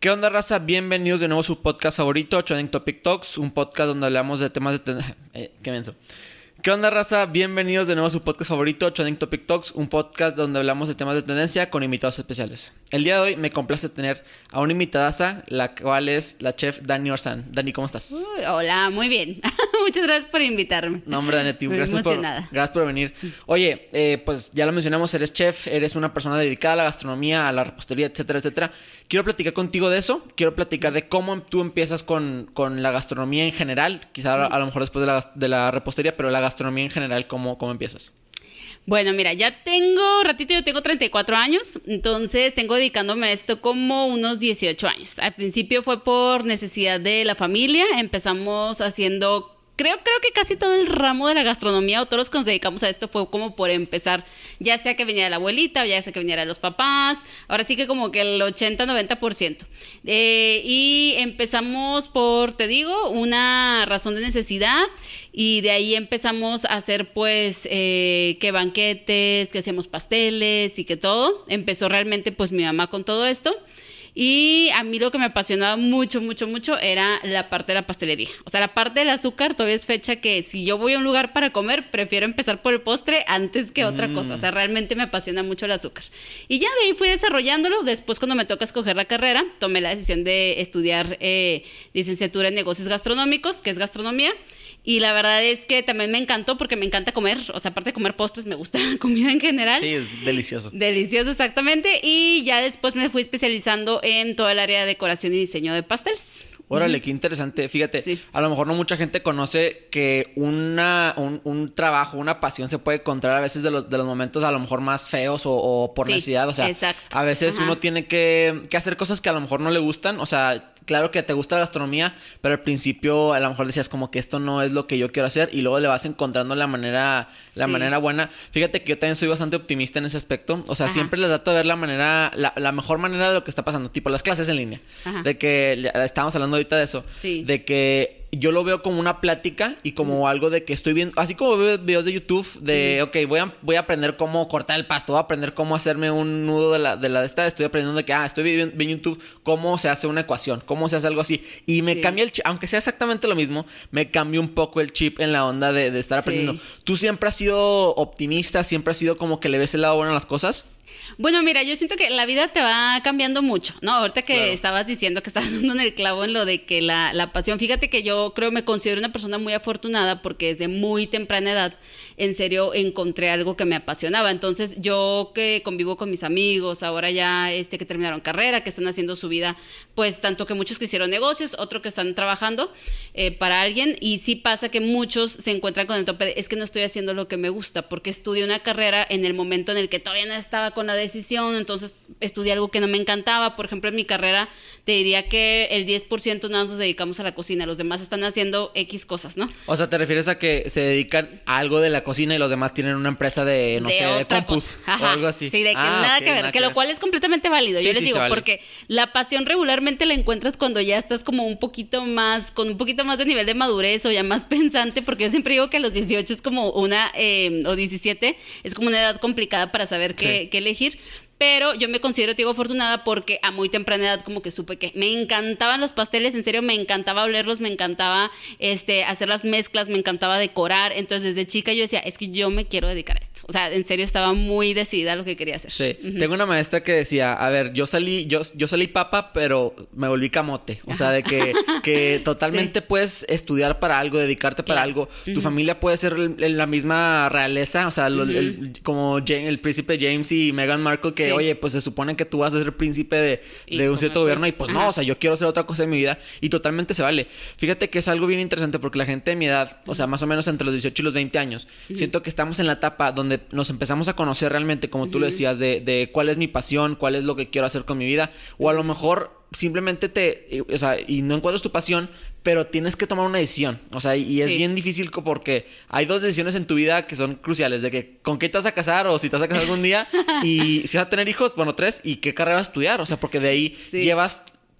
¿Qué onda, raza? Bienvenidos de nuevo a su podcast favorito, Trending Topic Talks, un podcast donde hablamos de temas de... qué menso. ¿Qué onda, raza? Bienvenidos de nuevo a su podcast favorito, Trending Topic Talks, un podcast donde hablamos de temas de tendencia con invitados especiales. El día de hoy me complace tener a una invitadaza, la cual es la chef Dani Orzán. Dani, ¿cómo estás? Hola, muy bien. Muchas gracias por invitarme. No, hombre, Dani, gracias por venir. Oye, pues ya lo mencionamos, eres chef, eres una persona dedicada a la gastronomía, a la repostería, etcétera, etcétera. Quiero platicar contigo de eso. Quiero platicar de cómo tú empiezas con la gastronomía en general. Quizá a lo mejor después de la repostería, pero la gastronomía en general, ¿cómo empiezas? Bueno, mira, ya tengo ratito, yo tengo 34 años, entonces tengo dedicándome a esto como unos 18 años. Al principio fue por necesidad de la familia, empezamos haciendo... Creo que casi todo el ramo de la gastronomía o todos los que nos dedicamos a esto fue como por empezar, ya sea que venía de la abuelita o ya sea que venía de los papás, ahora sí que como que el 80-90%. Y empezamos por, te digo, una razón de necesidad y de ahí empezamos a hacer pues que banquetes, que hacíamos pasteles y que todo. Empezó realmente pues mi mamá con todo esto. Y a mí lo que me apasionaba mucho era la parte de la pastelería. O sea, la parte del azúcar todavía es fecha que si yo voy a un lugar para comer, prefiero empezar por el postre antes que otra cosa. O sea, realmente me apasiona mucho el azúcar. Y ya de ahí fui desarrollándolo. Después, cuando me toca escoger la carrera, tomé la decisión de estudiar licenciatura en negocios gastronómicos, que es gastronomía. Y la verdad es que también me encantó porque me encanta comer. O sea, aparte de comer postres, me gusta la comida en general. Sí, es delicioso. Delicioso, exactamente. Y ya después me fui especializando en todo el área de decoración y diseño de pasteles. Órale, qué interesante. Fíjate, sí. A lo mejor no mucha gente conoce que un trabajo, una pasión se puede encontrar a veces de los momentos a lo mejor más feos o por necesidad. O sea, exacto. A veces uno tiene que hacer cosas que a lo mejor no le gustan. O sea, claro que te gusta la gastronomía, pero al principio a lo mejor decías como que esto no es lo que yo quiero hacer y luego le vas encontrando la manera buena. Fíjate que yo también soy bastante optimista en ese aspecto. O sea, siempre les trato de ver la mejor manera de lo que está pasando. Tipo las clases en línea. De que estábamos hablando ahorita de eso. Sí. De que yo lo veo como una plática y como algo de que estoy viendo, así como veo videos de YouTube de, ok, voy a aprender cómo cortar el pasto, voy a aprender cómo hacerme un nudo de la esta, estoy aprendiendo de que, estoy viendo en YouTube cómo se hace una ecuación, cómo se hace algo así. Y me cambia el chip, aunque sea exactamente lo mismo, me cambia un poco el chip en la onda de estar aprendiendo. ¿Tú siempre has sido optimista? ¿Siempre has sido como que le ves el lado bueno a las cosas? Bueno, mira, yo siento que la vida te va cambiando mucho, ¿no? Ahorita que estabas diciendo que estabas dando en el clavo en lo de que la pasión, fíjate que yo me considero una persona muy afortunada porque desde muy temprana edad, en serio, encontré algo que me apasionaba. Entonces, yo que convivo con mis amigos, ahora ya que terminaron carrera, que están haciendo su vida, pues tanto que muchos que hicieron negocios, otros que están trabajando para alguien, y sí pasa que muchos se encuentran con el tope de, es que no estoy haciendo lo que me gusta, porque estudié una carrera en el momento en el que todavía no estaba con la decisión, entonces estudié algo que no me encantaba. Por ejemplo, en mi carrera te diría que el 10% nada más nos dedicamos a la cocina, los demás están haciendo X cosas, ¿no? O sea, ¿te refieres a que se dedican a algo de la cocina y los demás tienen una empresa de compus o algo así? Sí, de que nada que ver, lo cual es completamente válido. Yo les digo, vale. Porque la pasión regularmente la encuentras cuando ya estás como un poquito más, con un poquito más de nivel de madurez o ya más pensante, porque yo siempre digo que a los 18 es como o 17, es como una edad complicada para saber qué elegir. Pero yo me considero, te digo, afortunada porque a muy temprana edad como que supe que me encantaban los pasteles, en serio, me encantaba olerlos, me encantaba hacer las mezclas, me encantaba decorar. Entonces, desde chica yo decía, es que yo me quiero dedicar a esto. O sea, en serio, estaba muy decidida a lo que quería hacer. Sí, Tengo una maestra que decía, a ver, yo salí papa, pero me volví camote. O sea, de que totalmente puedes estudiar para algo, dedicarte para algo. Tu familia puede ser la misma realeza, o sea, como el príncipe James y Meghan Markle, que oye, pues se supone que tú vas a ser príncipe de un cierto gobierno y pues no, o sea, yo quiero hacer otra cosa en mi vida y totalmente se vale. Fíjate que es algo bien interesante porque la gente de mi edad, o sea, más o menos entre los 18 y los 20 años, siento que estamos en la etapa donde nos empezamos a conocer realmente, como tú lo decías, de cuál es mi pasión, cuál es lo que quiero hacer con mi vida, o a lo mejor simplemente o sea, y no encuentras tu pasión, pero tienes que tomar una decisión. O sea, y es bien difícil porque hay dos decisiones en tu vida que son cruciales, de que con qué te vas a casar o si te vas a casar algún día y si vas a tener hijos, bueno, 3, y qué carrera vas a estudiar. O sea, porque de ahí llevas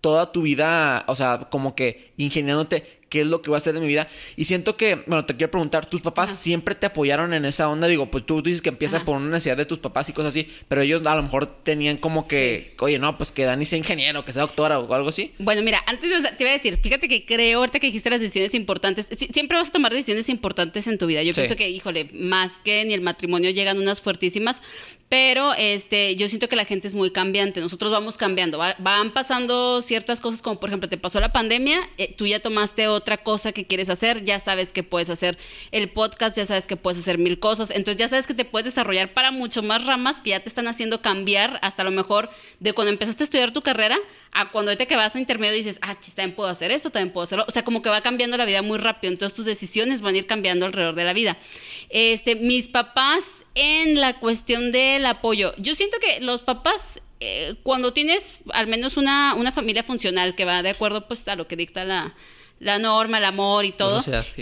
toda tu vida, o sea, como que ingeniándote qué es lo que voy a hacer de mi vida. Y siento que, bueno, te quiero preguntar, ¿tus papás siempre te apoyaron en esa onda? Digo, pues tú dices que empieza por una necesidad de tus papás y cosas así, pero ellos a lo mejor tenían como que, oye, no, pues que Dani sea ingeniero, que sea doctora o algo así. Bueno, mira, antes te iba a decir, fíjate que creo, ahorita que dijiste las decisiones importantes, siempre vas a tomar decisiones importantes en tu vida. Yo pienso que, híjole, más que ni el matrimonio llegan unas fuertísimas, pero yo siento que la gente es muy cambiante. Nosotros vamos cambiando, van pasando ciertas cosas, como por ejemplo, te pasó la pandemia, tú ya tomaste otra cosa que quieres hacer, ya sabes que puedes hacer el podcast, ya sabes que puedes hacer 1000 cosas, entonces ya sabes que te puedes desarrollar para mucho más ramas que ya te están haciendo cambiar hasta a lo mejor de cuando empezaste a estudiar tu carrera a cuando ahorita que vas a intermedio dices, también puedo hacer esto, también puedo hacerlo, o sea, como que va cambiando la vida muy rápido, entonces tus decisiones van a ir cambiando alrededor de la vida. Mis papás en la cuestión del apoyo, yo siento que los papás cuando tienes al menos una familia funcional que va de acuerdo pues a lo que dicta la norma, el amor y todo,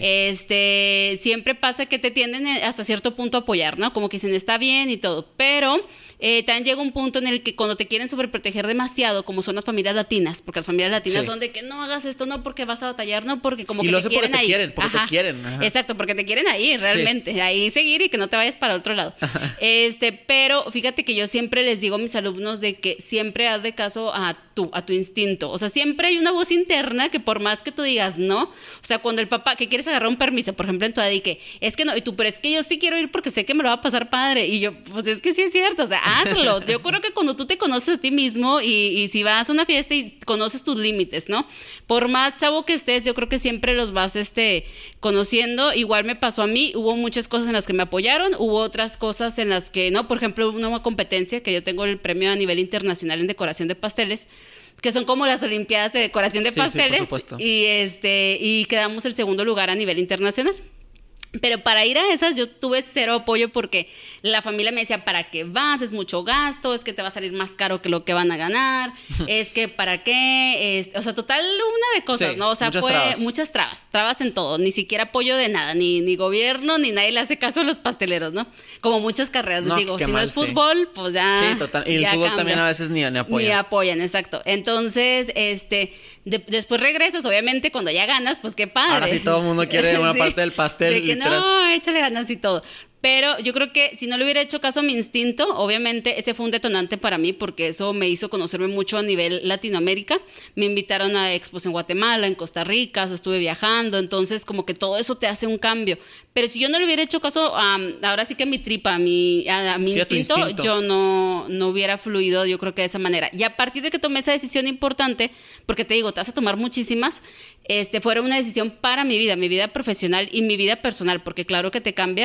siempre pasa que te tienden hasta cierto punto a apoyar, ¿no? Como que dicen, está bien y todo, pero también llega un punto en el que cuando te quieren sobreproteger demasiado, como son las familias latinas, porque las familias latinas son de que no hagas esto, no porque vas a batallar, no porque como y que lo te quieren ahí. Porque te quieren. Ajá. Exacto, porque te quieren ahí, realmente, ahí seguir y que no te vayas para otro lado. Pero fíjate que yo siempre les digo a mis alumnos de que siempre haz de caso a tu instinto. O sea, siempre hay una voz interna que por más que tú digas no, o sea, cuando el papá, que quieres agarrar un permiso, por ejemplo, en tu edad, y que es que no, y tú, pero es que yo sí quiero ir porque sé que me lo va a pasar padre. Y yo, pues es que sí es cierto, o sea, hazlo. Yo creo que cuando tú te conoces a ti mismo y si vas a una fiesta y conoces tus límites, ¿no? Por más chavo que estés, yo creo que siempre los vas conociendo. Igual me pasó a mí, hubo muchas cosas en las que me apoyaron, hubo otras cosas en las que no. Por ejemplo, una competencia que yo tengo el premio a nivel internacional en decoración de pasteles, que son como las olimpiadas de decoración de pasteles, por supuesto. Y quedamos el segundo lugar a nivel internacional. Pero para ir a esas yo tuve cero apoyo porque la familia me decía, ¿para qué vas? Es mucho gasto, es que te va a salir más caro que lo que van a ganar, es que ¿para qué? O sea, total una de cosas, ¿no? O sea, muchas trabas en todo, ni siquiera apoyo de nada, ni gobierno, ni nadie le hace caso a los pasteleros, ¿no? Como muchas carreras, les digo, si no es fútbol, pues ya. Sí, total. Y el fútbol cambia. También a veces ni apoyan. Ni apoyan, exacto. Entonces, después regresas, obviamente, cuando ya ganas, pues qué padre. Ahora sí todo el mundo quiere una parte del pastel. De que no, échale ganas y todo. Pero yo creo que si no le hubiera hecho caso a mi instinto, obviamente ese fue un detonante para mí porque eso me hizo conocerme mucho a nivel Latinoamérica. Me invitaron a expos en Guatemala, en Costa Rica, estuve viajando, entonces como que todo eso te hace un cambio. Pero si yo no le hubiera hecho caso, ahora sí que a mi tripa, a mi instinto, yo no hubiera fluido, yo creo que de esa manera. Y a partir de que tomé esa decisión importante, porque te digo, te vas a tomar muchísimas, fue una decisión para mi vida profesional y mi vida personal, porque claro que te cambia.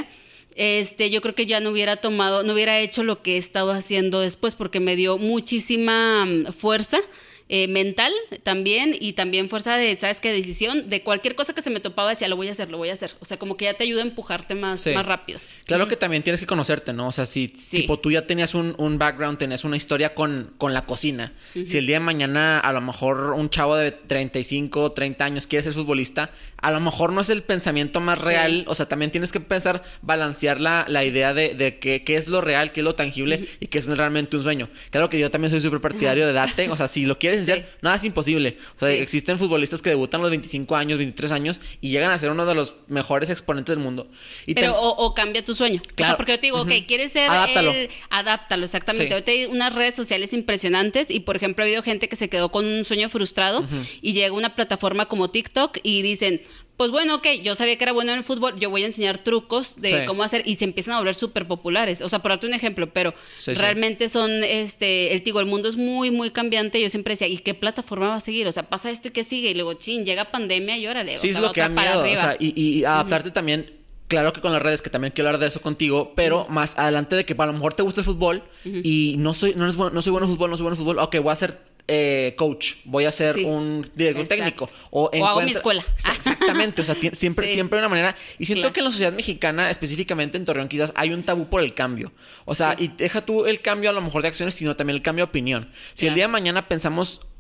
Yo creo que ya no hubiera hecho lo que he estado haciendo después porque me dio muchísima fuerza mental también y también fuerza de, ¿sabes qué? Decisión de cualquier cosa que se me topaba decía, lo voy a hacer. O sea, como que ya te ayuda a empujarte más rápido. Claro que también tienes que conocerte, ¿no? O sea, si tipo tú ya tenías un background, tenías una historia con la cocina. Si el día de mañana a lo mejor un chavo de 35, 30 años quiere ser futbolista, a lo mejor no es el pensamiento más real. O sea, también tienes que pensar, balancear la idea de qué es lo real, qué es lo tangible y qué es realmente un sueño. Claro que yo también soy súper partidario de date. O sea, si lo quieres nada es imposible. O sea, existen futbolistas que debutan a los 25 años, 23 años y llegan a ser uno de los mejores exponentes del mundo. O cambia tu sueño. Claro. O sea, porque yo te digo, ¿quieres ser Adáptalo, exactamente. Ahorita hay unas redes sociales impresionantes y, por ejemplo, ha habido gente que se quedó con un sueño frustrado y llega a una plataforma como TikTok y dicen, pues bueno, ok, yo sabía que era bueno en el fútbol, yo voy a enseñar trucos de cómo hacer y se empiezan a volver súper populares. O sea, por darte un ejemplo, pero realmente son, el mundo es muy, muy cambiante. Yo siempre decía, ¿y qué plataforma va a seguir? O sea, pasa esto y ¿qué sigue? Y luego, llega pandemia y órale. Sí, o sea, es lo que da miedo. O sea, y adaptarte también. Claro que con las redes, que también quiero hablar de eso contigo, pero más adelante de que a lo mejor te gusta el fútbol y no soy bueno en fútbol, ok, voy a ser coach, voy a ser un director técnico. O hago mi escuela. Exactamente, o sea, siempre hay una manera. Y siento que en la sociedad mexicana, específicamente en Torreón, quizás hay un tabú por el cambio. O sea, y deja tú el cambio a lo mejor de acciones, sino también el cambio de opinión. Si el día de mañana pensamos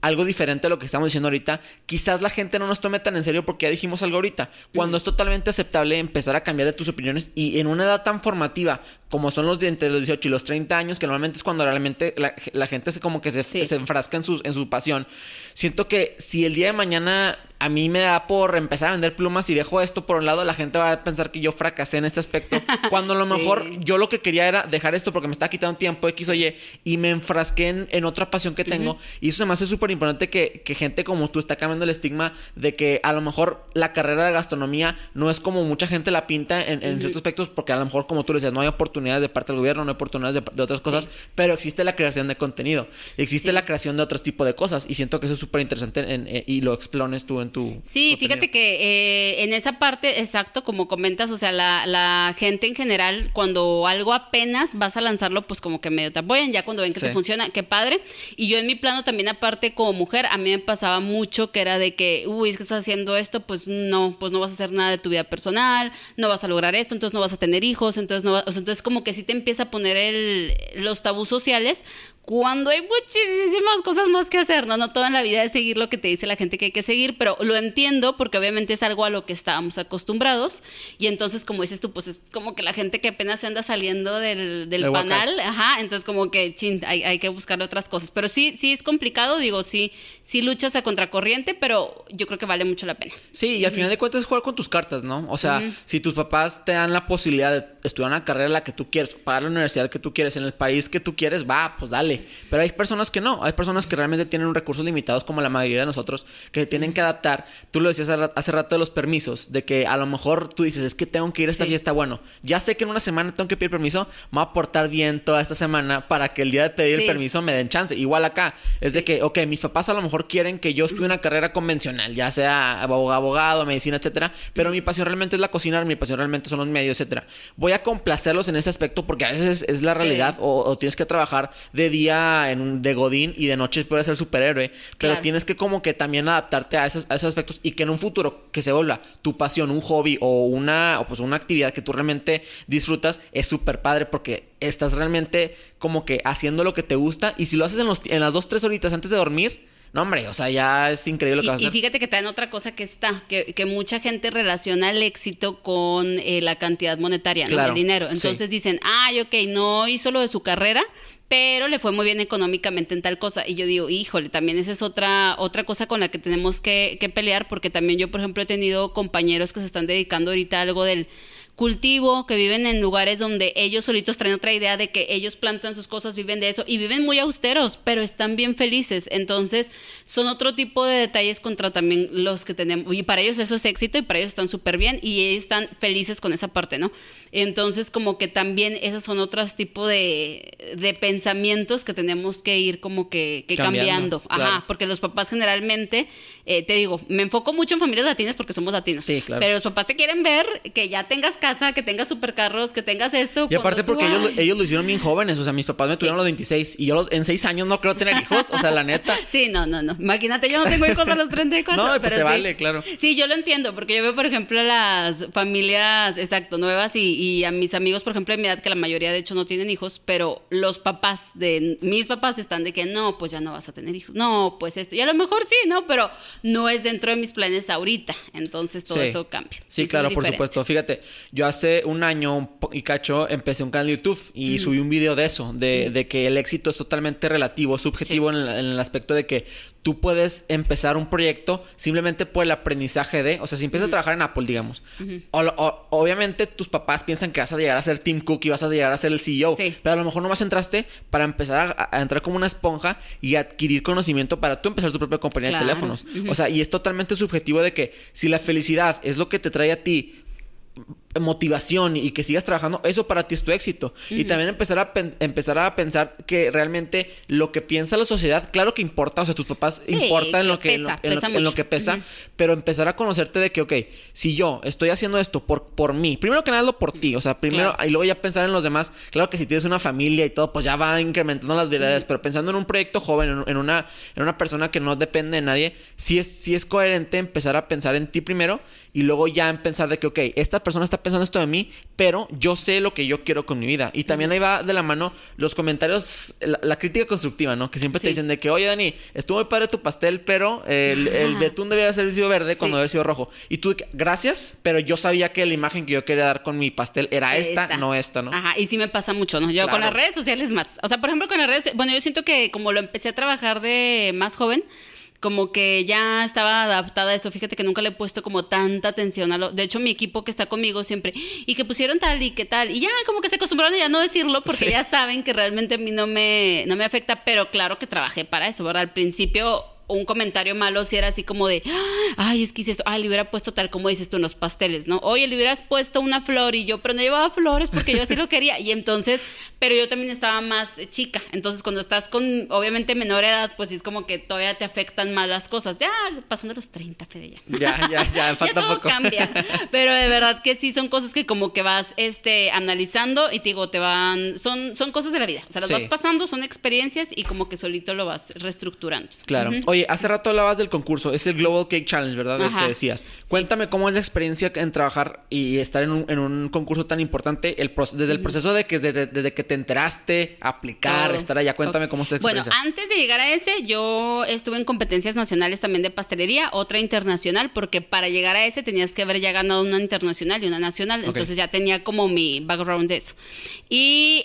algo diferente a lo que estamos diciendo ahorita, quizás la gente no nos tome tan en serio porque ya dijimos algo ahorita. Cuando es totalmente aceptable empezar a cambiar de tus opiniones y en una edad tan formativa como son los de entre los 18 y los 30 años, que normalmente es cuando realmente la gente se enfrasca en su pasión. Siento que si el día de mañana a mí me da por empezar a vender plumas y dejo esto por un lado, la gente va a pensar que yo fracasé en este aspecto. Cuando a lo mejor yo lo que quería era dejar esto porque me estaba quitando tiempo X o Y y me enfrasqué en otra pasión que tengo. Y eso se me hace súper importante que gente como tú está cambiando el estigma de que a lo mejor la carrera de gastronomía no es como mucha gente la pinta en ciertos aspectos, porque a lo mejor, como tú decías, no hay oportunidades de parte del gobierno, no hay oportunidades de otras cosas, pero existe la creación de contenido, existe la creación de otro tipo de cosas, y siento que eso es súper interesante y lo explones tú en tu contenido. Fíjate que en esa parte, exacto, como comentas, o sea, la gente en general, cuando algo apenas vas a lanzarlo, pues como que medio te apoyan, ya cuando ven que te funciona, qué padre. Y yo en mi plano también, aparte, como mujer, a mí me pasaba mucho que era de que, es que estás haciendo esto, pues no vas a hacer nada de tu vida personal, no vas a lograr esto, entonces no vas a tener hijos, entonces como que sí te empieza a poner los tabús sociales, cuando hay muchísimas cosas más que hacer, ¿no? No toda en la vida es seguir lo que te dice la gente que hay que seguir, pero lo entiendo porque obviamente es algo a lo que estábamos acostumbrados, y entonces, como dices tú, pues es como que la gente que apenas se anda saliendo del panal, entonces como que hay que buscar otras cosas, pero sí es complicado, digo, sí luchas a contracorriente, pero yo creo que vale mucho la pena. Sí, y al final de cuentas es jugar con tus cartas, ¿no? O sea, si tus papás te dan la posibilidad de estudiar una carrera la que tú quieres, pagar la universidad que tú quieres, en el país que tú quieres, pues dale. Pero hay personas que no, hay personas que realmente tienen recursos limitados, como la mayoría de nosotros, que se tienen que adaptar. Tú lo decías hace rato de los permisos, de que a lo mejor tú dices, es que tengo que ir a esta fiesta, bueno, ya sé que en una semana tengo que pedir permiso, me voy a portar bien toda esta semana para que el día de pedir el permiso me den chance. Igual acá, es de que, mis papás a lo mejor quieren que yo estudie una carrera convencional, ya sea abogado, medicina, etcétera, pero mi pasión realmente es la cocina, mi pasión realmente son los medios, etcétera. Voy a complacerlos en ese aspecto porque a veces es la realidad, o tienes que trabajar de día de godín y de noche puedes ser superhéroe, pero tienes que como que también adaptarte a esos aspectos, y que en un futuro que se vuelva tu pasión, un hobby o una actividad que tú realmente disfrutas, es súper padre porque estás realmente como que haciendo lo que te gusta, y si lo haces en las 2-3 horitas antes de dormir, no, hombre, o sea, ya es increíble lo que vas a hacer. Y fíjate que también otra cosa que mucha gente relaciona el éxito con la cantidad monetaria, ¿no? El dinero. Entonces dicen, no hizo lo de su carrera, pero le fue muy bien económicamente en tal cosa. Y yo digo, híjole, también esa es otra cosa con la que tenemos que pelear, porque también yo, por ejemplo, he tenido compañeros que se están dedicando ahorita a algo del cultivo, que viven en lugares donde ellos solitos traen otra idea de que ellos plantan sus cosas, viven de eso y viven muy austeros, pero están bien felices. Entonces son otro tipo de detalles contra también los que tenemos, y para ellos eso es éxito y para ellos están súper bien y ellos están felices con esa parte, ¿no? Entonces como que también esos son otros tipos de pensamientos que tenemos que ir como que cambiando. Claro. Porque los papás generalmente, te digo, me enfoco mucho en familias latinas porque somos latinos, claro. Pero los papás te quieren ver que ya tengas casa, que tengas supercarros, que tengas esto. Y aparte porque ellos lo hicieron bien jóvenes, o sea, mis papás me tuvieron a los 26 y yo en 6 años no creo tener hijos, o sea, la neta. Sí, no. Imagínate, yo no tengo hijos a los 34. No, pero pues se vale, claro. Sí, yo lo entiendo, porque yo veo, por ejemplo, a las familias, nuevas y a mis amigos, por ejemplo, de mi edad, que la mayoría de hecho no tienen hijos, pero los papás de mis papás están de que no, pues ya no vas a tener hijos. No, pues esto. Y a lo mejor sí, ¿no? Pero no es dentro de mis planes ahorita. Entonces todo eso cambia. Sí, claro, por supuesto. Fíjate, yo hace un año y cacho empecé un canal de YouTube y subí un video de eso, de que el éxito es totalmente relativo, subjetivo en el aspecto de que tú puedes empezar un proyecto simplemente por el aprendizaje de... O sea, si empiezas a trabajar en Apple, digamos, obviamente tus papás piensan que vas a llegar a ser Tim Cook y vas a llegar a ser el CEO, pero a lo mejor nomás entraste para empezar a entrar como una esponja y adquirir conocimiento para tú empezar tu propia compañía de teléfonos. O sea, y es totalmente subjetivo de que si la felicidad es lo que te trae a ti motivación y que sigas trabajando, eso para ti es tu éxito. Y también empezar a pensar que realmente lo que piensa la sociedad, claro que importa, o sea, tus papás importan en lo que pesa, pero empezar a conocerte de que, si yo estoy haciendo esto por mí, primero que nada hazlo por ti, o sea, primero, y luego ya pensar en los demás. Claro que si tienes una familia y todo, pues ya va incrementando las viralidades, pero pensando en un proyecto joven, en una persona que no depende de nadie, sí es coherente empezar a pensar en ti primero y luego ya pensar de que, esta persona está pensando esto de mí, pero yo sé lo que yo quiero con mi vida. Y también ahí va de la mano los comentarios, la crítica constructiva, ¿no? Que siempre te dicen de que, oye, Dani, estuvo muy padre tu pastel, pero el betún debía haber sido verde cuando debe sido rojo. Y tú, gracias, pero yo sabía que la imagen que yo quería dar con mi pastel era esta, no esta, ¿no? Ajá, y sí me pasa mucho, ¿no? Yo con las redes sociales más. O sea, por ejemplo, con las redes, bueno, yo siento que como lo empecé a trabajar de más joven, como que ya estaba adaptada a eso. Fíjate que nunca le he puesto como tanta atención a lo... De hecho, mi equipo que está conmigo siempre... Y que pusieron tal y que tal. Y ya como que se acostumbraron a ya no decirlo porque ya saben que realmente a mí no me afecta. Pero claro que trabajé para eso, ¿verdad? Al principio... un comentario malo si era así como de, ay, es que hice esto, ay, le hubiera puesto tal como dices tú en los pasteles, ¿no? Oye, le hubieras puesto una flor y yo, pero no llevaba flores porque yo así lo quería. Y entonces, pero yo también estaba más chica. Entonces, cuando estás con, obviamente, menor edad, pues es como que todavía te afectan más las cosas. Ya, pasando los 30, Fede, ya. Ya, falta ya todo poco. Cambia. Pero de verdad que sí, son cosas que como que vas analizando y te digo, son cosas de la vida. O sea, las vas pasando, son experiencias y como que solito lo vas reestructurando. Claro. Oye, hace rato hablabas del concurso, es el Global Cake Challenge, ¿verdad? Del que decías. Cuéntame cómo es la experiencia en trabajar y estar en un concurso tan importante, desde el proceso de que desde que te enteraste, aplicar, estar allá. Cuéntame cómo es la experiencia. Bueno, antes de llegar a ese, yo estuve en competencias nacionales también de pastelería, otra internacional, porque para llegar a ese tenías que haber ya ganado una internacional y una nacional. Entonces ya tenía como mi background de eso. Y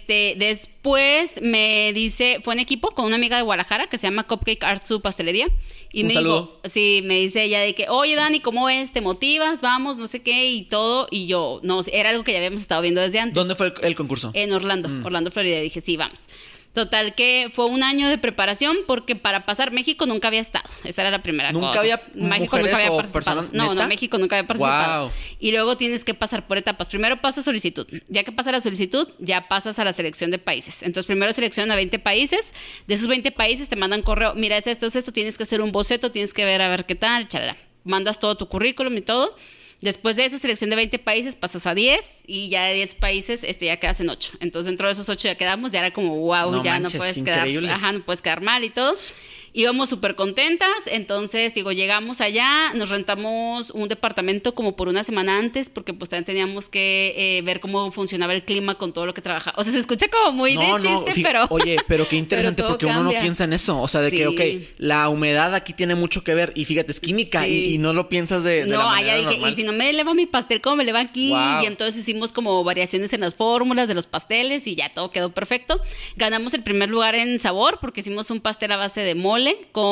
después me dice, fue en equipo con una amiga de Guadalajara que se llama Cupcake Arts Pastelería. Y me dijo, me dice ella de que, oye, Dani, ¿cómo ves? ¿Te motivas? Vamos, no sé qué y todo. Y yo, no, era algo que ya habíamos estado viendo desde antes. ¿Dónde fue el concurso? En Orlando, Florida. Dije, sí, vamos. Total que fue un año de preparación porque para pasar México nunca había estado. Esa era la primera cosa. ¿Nunca había México nunca había participado. No, México nunca había participado. Wow. Y luego tienes que pasar por etapas. Primero pasas solicitud. Ya que pasa la solicitud, ya pasas a la selección de países. Entonces primero seleccionan a 20 países. De esos 20 países te mandan correo. Mira, es esto. Tienes que hacer un boceto, tienes que ver a ver qué tal, chalala. Mandas todo tu currículum y todo. Después de esa selección de 20 países pasas a 10 y ya de 10 países ya quedas en 8. Entonces dentro de esos 8 ya quedamos, ya era como wow, no ya manches, no puedes quedar, no puedes quedar mal y todo. Íbamos súper contentas, entonces, llegamos allá, nos rentamos un departamento como por una semana antes, porque pues también teníamos que ver cómo funcionaba el clima con todo lo que trabajaba. O sea, se escucha como muy de chiste, pero... Oye, pero qué interesante, porque uno no piensa en eso. O sea, de que, ok, la humedad aquí tiene mucho que ver, y fíjate, es química, y no lo piensas de la manera normal. Dije, y si no me eleva mi pastel, ¿cómo me eleva aquí? Wow. Y entonces hicimos como variaciones en las fórmulas de los pasteles, y ya todo quedó perfecto. Ganamos el primer lugar en sabor, porque hicimos un pastel a base de mole,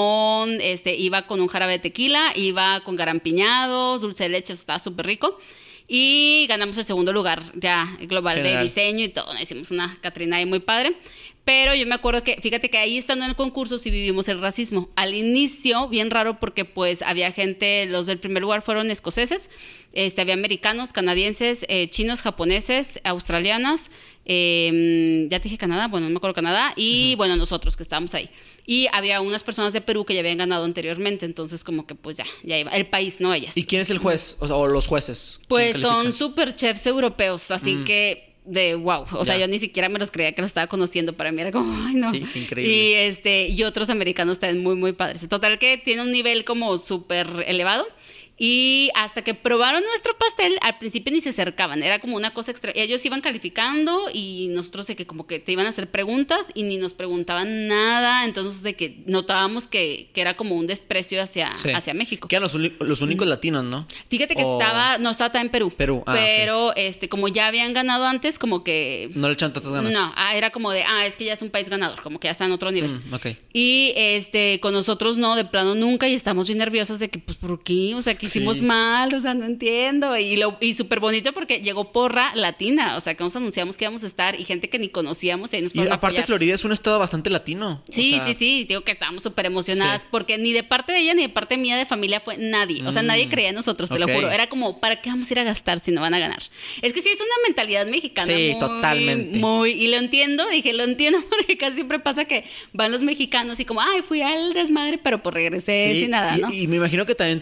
iba con un jarabe de tequila, iba con garampiñados, dulce de leche, estaba súper rico. Y ganamos el segundo lugar ya global de diseño y todo. Hicimos una Catrina ahí muy padre. Pero yo me acuerdo que, fíjate que ahí estando en el concurso sí vivimos el racismo. Al inicio, bien raro porque pues había gente, los del primer lugar fueron escoceses, había americanos, canadienses, chinos, japoneses, australianas, ya te dije Canadá, bueno, no me acuerdo Canadá, y bueno, nosotros que estábamos ahí. Y había unas personas de Perú que ya habían ganado anteriormente, entonces como que pues ya iba, el país, no ellas. ¿Y quién es el juez? O los jueces. Pues son super chefs europeos, así que... de wow, o sea, yo ni siquiera me los creía que los estaba conociendo, para mí era como, ay no. Sí, qué increíble. Y otros americanos también muy, muy padres. Total que tiene un nivel como súper elevado. Y hasta que probaron nuestro pastel, al principio ni se acercaban, era como una cosa extra. Ellos iban calificando y nosotros de que como que te iban a hacer preguntas y ni nos preguntaban nada, entonces de que notábamos que era como un desprecio hacia México. Que eran los únicos latinos, ¿no? Fíjate que estaba en Perú. Pero okay. Como ya habían ganado antes, como que... No le echan tantas ganas. No, era como de, es que ya es un país ganador, como que ya está en otro nivel. Okay. Y con nosotros no, de plano nunca, y estamos bien nerviosas de que, pues, ¿por qué? O sea, que hicimos mal, o sea, no entiendo. Y súper bonito porque llegó porra latina, o sea, que nos anunciamos que íbamos a estar y gente que ni conocíamos. Y ahí nos aparte Florida es un estado bastante latino. Sí, digo que estábamos súper emocionadas porque ni de parte de ella ni de parte mía de familia fue nadie. O sea, nadie creía en nosotros, te lo juro. Era como, ¿para qué vamos a ir a gastar si no van a ganar? Es que sí, es una mentalidad mexicana. Sí, totalmente. Y lo entiendo porque casi siempre pasa que van los mexicanos y como, fui al desmadre, pero pues regresé sin nada, ¿no? Y me imagino que también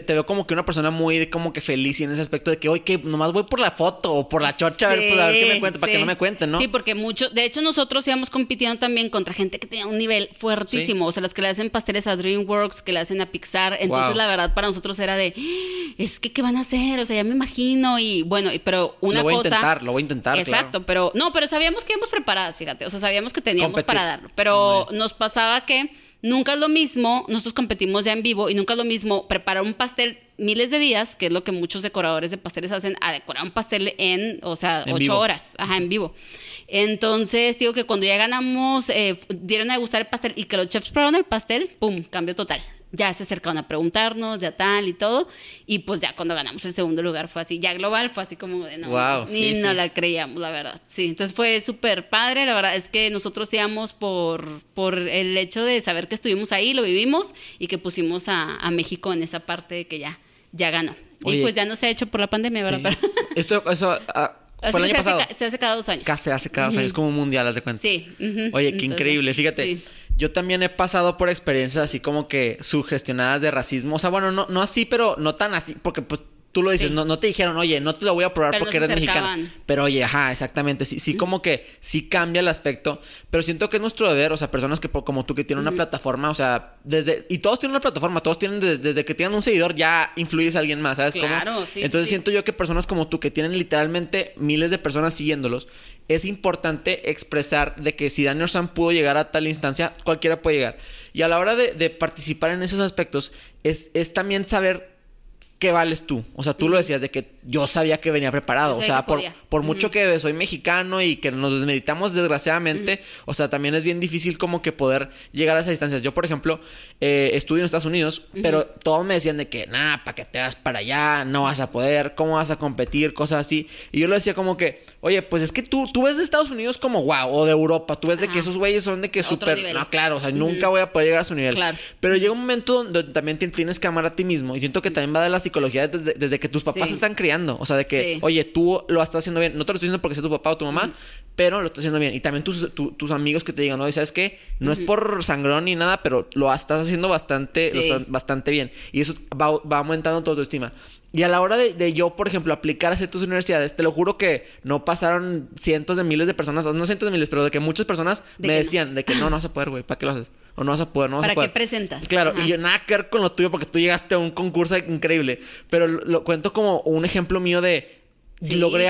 te veo como que una persona muy como que feliz y en ese aspecto de que, oye, que nomás voy por la foto o por la chorcha a ver qué me cuenta, para que no me cuenten, ¿no? Sí, porque de hecho nosotros íbamos compitiendo también contra gente que tenía un nivel fuertísimo, o sea, los que le hacen pasteles a DreamWorks, que le hacen a Pixar, entonces la verdad para nosotros era de, es que ¿qué van a hacer? O sea, ya me imagino y bueno, pero una cosa... Lo voy a intentar, exacto, claro. pero sabíamos que íbamos preparadas, fíjate, o sea, sabíamos que teníamos para darlo, pero nos pasaba que nunca es lo mismo, nosotros competimos ya en vivo y nunca es lo mismo preparar un pastel miles de días, que es lo que muchos decoradores de pasteles hacen, a decorar un pastel en 8 horas, en vivo. Entonces, digo que cuando ya ganamos, dieron a degustar el pastel y que los chefs probaron el pastel, ¡pum!, cambio total. Ya se acercaron a preguntarnos, ya tal y todo. Y pues ya cuando ganamos el segundo lugar fue así. Ya global fue así como de no, no la creíamos, la verdad. Sí, entonces fue súper padre. La verdad es que nosotros íbamos por el hecho de saber que estuvimos ahí, lo vivimos y que pusimos a México en esa parte de que ya ganó. Oye, y pues ya no se ha hecho por la pandemia, ¿verdad? Pero... Eso fue el año pasado. Se hace cada 2 años. Se hace cada 2 años, como un mundial, haz de cuenta. Sí. Oye, qué increíble. Fíjate. Sí. Yo también he pasado por experiencias así como que sugestionadas de racismo. O sea, bueno, no así, pero no tan así. Porque pues tú lo dices, no te dijeron, oye, no te lo voy a probar pero porque eres mexicana. Pero oye, exactamente. Sí, como que sí cambia el aspecto. Pero siento que es nuestro deber, o sea, personas que como tú que tienen una plataforma, o sea, y todos tienen una plataforma, todos tienen, desde que tienen un seguidor ya influyes a alguien más, ¿sabes? Claro, sí. Entonces siento yo que personas como tú que tienen literalmente miles de personas siguiéndolos, es importante expresar de que si Daniel Orsán pudo llegar a tal instancia, cualquiera puede llegar. Y a la hora de participar en esos aspectos, es también saber qué vales tú. O sea, tú lo decías de que yo sabía que venía preparado. O sea, por mucho que soy mexicano y que nos desmeritamos desgraciadamente, o sea, también es bien difícil como que poder llegar a esas distancias. Yo, por ejemplo, estudio en Estados Unidos, pero todos me decían de que, para que te vas para allá, no vas a poder, ¿cómo vas a competir? Cosas así. Y yo le decía como que, oye, pues es que tú ves de Estados Unidos como wow, o de Europa, tú ves de que esos güeyes son de que súper... No, claro, o sea, nunca voy a poder llegar a su nivel. Claro. Pero llega un momento donde también tienes que amar a ti mismo. Y siento que también va de la psicología desde que tus papás se están criando. O sea, de que, oye, tú lo estás haciendo bien. No te lo estoy diciendo porque sea tu papá o tu mamá, pero lo estás haciendo bien. Y también tus amigos que te digan, oye, ¿sabes qué? No es por sangrón ni nada, pero lo estás haciendo bastante bien. Y eso va aumentando tu autoestima. Y a la hora de yo, por ejemplo, aplicar a ciertas universidades, te lo juro que no pasaron cientos de miles de personas, o no cientos de miles, pero de que muchas personas me decían de que no vas a poder, güey, ¿para qué lo haces? O no vas a poder, no vas a poder. ¿Para qué presentas? Claro, y yo nada que ver con lo tuyo porque tú llegaste a un concurso increíble. Pero lo cuento como un ejemplo mío de... logré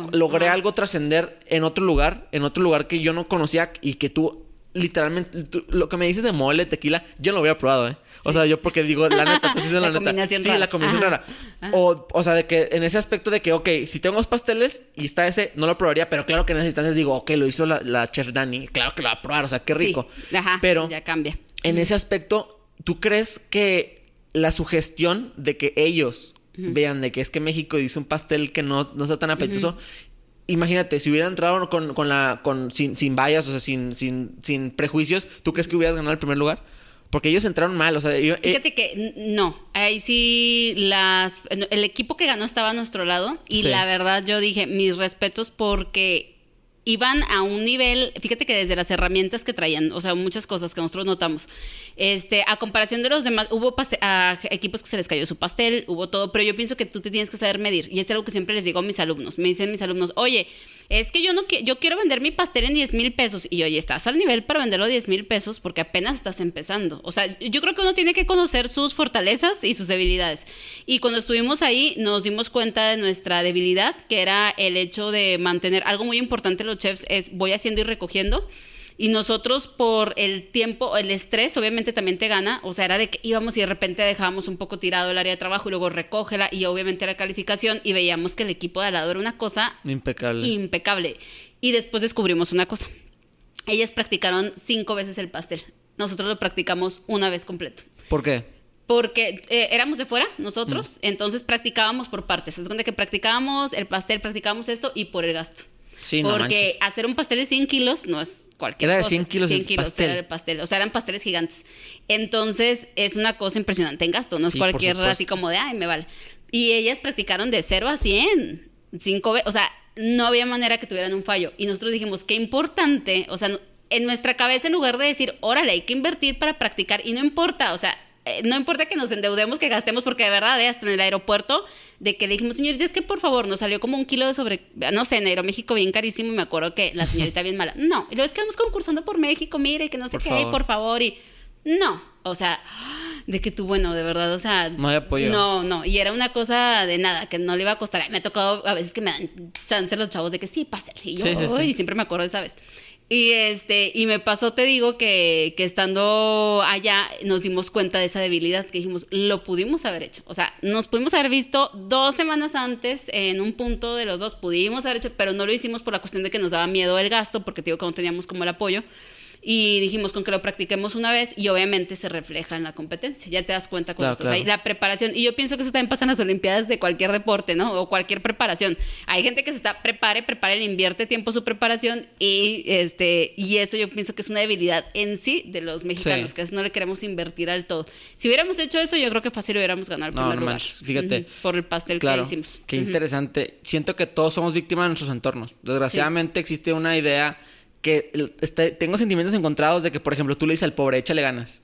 algo trascender en otro lugar que yo no conocía y que tú... Literalmente, lo que me dices de mole, tequila, yo no lo hubiera probado, ¿eh? O sea, yo porque digo, la neta, pues la neta. Combinación rara. La combinación rara. O sea, de que en ese aspecto de que, ok, si tengo 2 pasteles y está ese, no lo probaría, pero claro que en esas instancias digo, ok, lo hizo la chef Dani, claro que lo va a probar, o sea, qué rico. Sí. Pero ya cambia. En ese aspecto, ¿tú crees que la sugestión de que ellos vean de que es que México hizo un pastel que no está tan apetitoso... Imagínate, si hubiera entrado sin vallas, o sea, sin prejuicios, ¿tú crees que hubieras ganado el primer lugar? Porque ellos entraron mal, o sea... Fíjate que no, ahí sí el equipo que ganó estaba a nuestro lado y la verdad yo dije, mis respetos porque iban a un nivel, fíjate que desde las herramientas que traían, o sea, muchas cosas que nosotros notamos, a comparación de los demás, hubo a equipos que se les cayó su pastel, hubo todo, pero yo pienso que tú te tienes que saber medir y es algo que siempre les digo a mis alumnos, me dicen mis alumnos, oye, es que yo quiero vender mi pastel en 10,000 pesos y oye, estás al nivel para venderlo a 10,000 pesos porque apenas estás empezando, o sea, yo creo que uno tiene que conocer sus fortalezas y sus debilidades y cuando estuvimos ahí nos dimos cuenta de nuestra debilidad, que era el hecho de mantener, algo muy importante los chefs es voy haciendo y recogiendo. Y nosotros por el tiempo, el estrés, obviamente también te gana. O sea, era de que íbamos y de repente dejábamos un poco tirado el área de trabajo y luego recógela y obviamente la calificación y veíamos que el equipo de al lado era una cosa impecable. Y después descubrimos una cosa. Ellas practicaron 5 veces el pastel. Nosotros lo practicamos una vez completo. ¿Por qué? Porque éramos de fuera nosotros, entonces practicábamos por partes. Es donde que practicábamos el pastel, practicábamos esto y por el gasto. Sí, porque hacer un pastel de 100 kilos no es cualquier cosa. Era de 100 kilos 100 kilos pastel. Era el pastel. O sea, eran pasteles gigantes. Entonces, es una cosa impresionante en gasto. No es cualquier así como de, ay, me vale. Y ellas practicaron de 0 a 100. 5 veces. O sea, no había manera que tuvieran un fallo. Y nosotros dijimos, qué importante. O sea, en nuestra cabeza, en lugar de decir, órale, hay que invertir para practicar. Y no importa, o sea, no importa que nos endeudemos, que gastemos, porque de verdad, hasta en el aeropuerto, de que le dijimos, señorita, es que por favor, nos salió como 1 kilo de no sé, en Aeroméxico bien carísimo, y me acuerdo que la señorita bien mala, no, y luego es que vamos concursando por México, mire, que no sé qué, por favor, y no, o sea, de que tú, bueno, de verdad, o sea, no hay apoyo. No, y era una cosa de nada, que no le iba a costar. Me ha tocado a veces que me dan chance los chavos de que sí, pásale, y yo, y siempre me acuerdo de esa vez. Y me pasó, te digo, que estando allá nos dimos cuenta de esa debilidad, que dijimos, lo pudimos haber hecho. O sea, nos pudimos haber visto 2 semanas antes en un punto de los dos, pudimos haber hecho, pero no lo hicimos por la cuestión de que nos daba miedo el gasto, porque te digo que no teníamos como el apoyo. Y dijimos con que lo practiquemos una vez y obviamente se refleja en la competencia. Ya te das cuenta cuando estás ahí. La preparación. Y yo pienso que eso también pasa en las Olimpiadas de cualquier deporte, ¿no? O cualquier preparación. Hay gente que se está prepare, le invierte tiempo a su preparación y eso yo pienso que es una debilidad en sí de los mexicanos, que a veces no le queremos invertir al todo. Si hubiéramos hecho eso, yo creo que fácil hubiéramos ganado el primer lugar. Fíjate. Por el pastel que hicimos. Qué interesante. Siento que todos somos víctimas de nuestros entornos. Desgraciadamente existe una idea que tengo sentimientos encontrados de que, por ejemplo, tú le dices al pobre, échale ganas,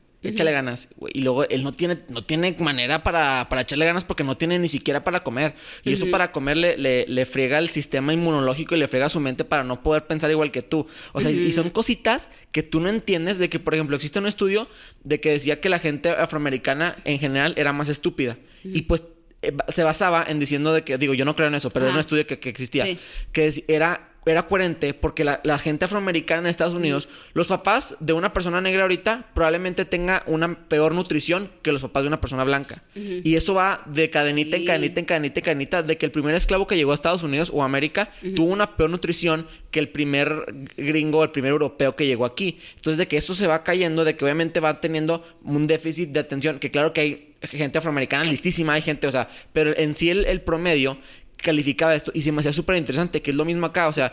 y luego él no tiene manera para echarle ganas porque no tiene ni siquiera para comer, y eso para comer le friega el sistema inmunológico y le friega su mente para no poder pensar igual que tú, o sea, y son cositas que tú no entiendes, de que, por ejemplo, existe un estudio de que decía que la gente afroamericana en general era más estúpida, y pues se basaba en diciendo de que, digo, yo no creo en eso, pero era un estudio que existía, que era coherente porque la gente afroamericana en Estados Unidos, los papás de una persona negra ahorita probablemente tenga una peor nutrición que los papás de una persona blanca. Y eso va de cadenita en cadenita, de que el primer esclavo que llegó a Estados Unidos o América tuvo una peor nutrición que el primer gringo, el primer europeo que llegó aquí. Entonces, de que eso se va cayendo, de que obviamente va teniendo un déficit de atención, que claro que hay gente afroamericana listísima, hay gente, o sea, pero en sí el promedio calificaba esto y se me hacía súper interesante, que es lo mismo acá, o sea,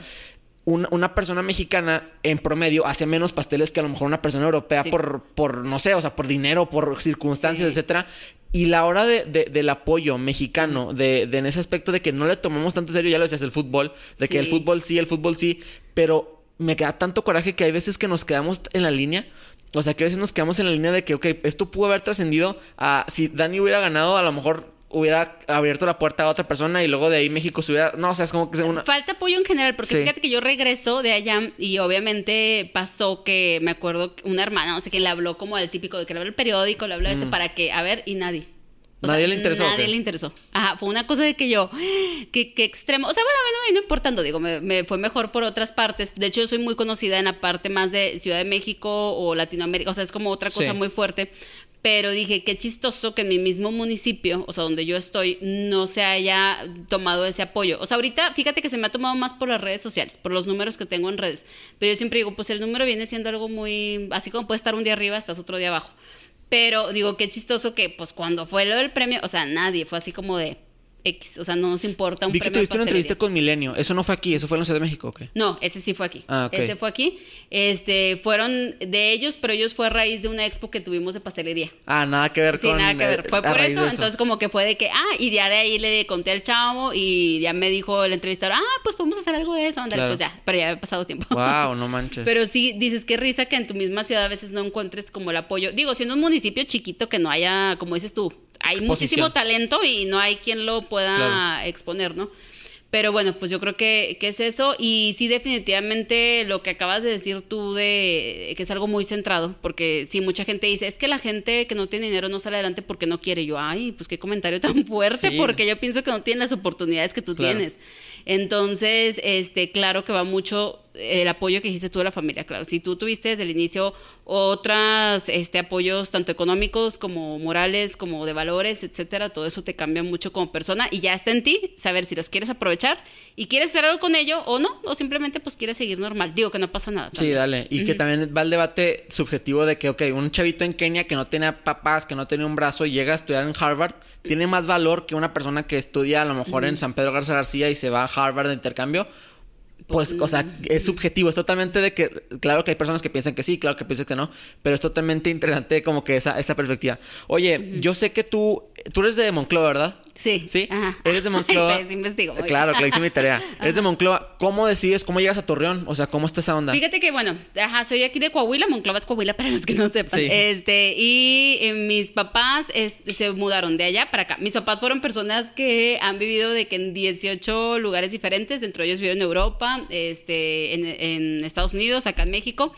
una persona mexicana en promedio hace menos pasteles que a lo mejor una persona europea por no sé, o sea, por dinero, por circunstancias, etcétera. Y la hora del apoyo mexicano, en ese aspecto de que no le tomamos tanto en serio, ya lo decías, el fútbol, de que el fútbol sí, pero me queda tanto coraje que hay veces que nos quedamos en la línea. O sea, que a veces nos quedamos en la línea de que, ok, esto pudo haber trascendido a... Si Dani hubiera ganado, a lo mejor hubiera abierto la puerta a otra persona y luego de ahí México se hubiera... No, o sea, es como que... Falta apoyo en general, porque fíjate que yo regreso de allá y obviamente pasó que... Me acuerdo que una hermana, no sé quién, le habló como al típico de que le habló el periódico, le habló esto para que... A ver, y nadie... ¿Nadie le interesó? Nadie le interesó. Ajá, fue una cosa de que yo... Qué extremo. O sea, bueno, a mí no me vino importando. Digo, me fue mejor por otras partes. De hecho, yo soy muy conocida en la parte más de Ciudad de México o Latinoamérica. O sea, es como otra cosa muy fuerte. Pero dije, qué chistoso que en mi mismo municipio, o sea, donde yo estoy, no se haya tomado ese apoyo. O sea, ahorita, fíjate que se me ha tomado más por las redes sociales, por los números que tengo en redes. Pero yo siempre digo, pues el número viene siendo algo muy... Así como puede estar un día arriba, estás otro día abajo. Pero digo, qué chistoso que, pues, cuando fue lo del premio, o sea, nadie, fue así como de X, o sea, no nos importa un premio. Vi que tuviste una entrevista con Milenio. ¿Eso no fue aquí? ¿Eso fue en la Ciudad de México o qué? No, ese sí fue aquí. Ah, ok. Ese fue aquí. Fueron de ellos, pero ellos fue a raíz de una expo que tuvimos de pastelería. Ah, nada que ver con... Sí, nada que ver. Fue por eso. Entonces, como que fue de que, y ya de ahí le conté al chavo y ya me dijo el entrevistador, pues podemos hacer algo de eso. Ándale, pues ya. Pero ya había pasado tiempo. Wow, no manches. Pero sí, dices, qué risa que en tu misma ciudad a veces no encuentres como el apoyo. Digo, siendo un municipio chiquito que no haya, como dices tú, hay muchísimo talento y no hay quien lo pueda exponer, ¿no? Pero bueno, pues yo creo que es eso. Y sí, definitivamente lo que acabas de decir tú que es algo muy centrado, porque sí, mucha gente dice, es que la gente que no tiene dinero no sale adelante porque no quiere. Yo, pues qué comentario tan fuerte, porque yo pienso que no tienen las oportunidades que tú tienes. Entonces, claro que va mucho el apoyo que dijiste tú de la familia, claro. Si tú tuviste desde el inicio otras apoyos tanto económicos como morales, como de valores, etcétera, todo eso te cambia mucho como persona y ya está en ti saber si los quieres aprovechar y quieres hacer algo con ello o no, o simplemente pues quieres seguir normal. Digo que no pasa nada también. Sí, dale. Y que también va el debate subjetivo de que, un chavito en Kenia que no tenía papás, que no tenía un brazo y llega a estudiar en Harvard, tiene más valor que una persona que estudia a lo mejor en San Pedro Garza García y se va a Harvard de intercambio. Pues, o sea, es subjetivo, es totalmente de que, claro que hay personas que piensan que sí, claro que piensan que no, pero es totalmente interesante como que esa perspectiva. Oye, yo sé que tú eres de Monclova, ¿verdad? Sí. ¿Sí? Ajá. Eres de Monclova. Pues investigo. Claro, que hice mi tarea. Eres de Monclova. ¿Cómo decides? ¿Cómo llegas a Torreón? O sea, ¿cómo está esa onda? Fíjate que, bueno, soy aquí de Coahuila. Monclova es Coahuila, para los que no sepan. Sí. Y mis papás se mudaron de allá para acá. Mis papás fueron personas que han vivido de que en 18 lugares diferentes. Dentro de ellos vivieron en Europa, en Estados Unidos, acá en México.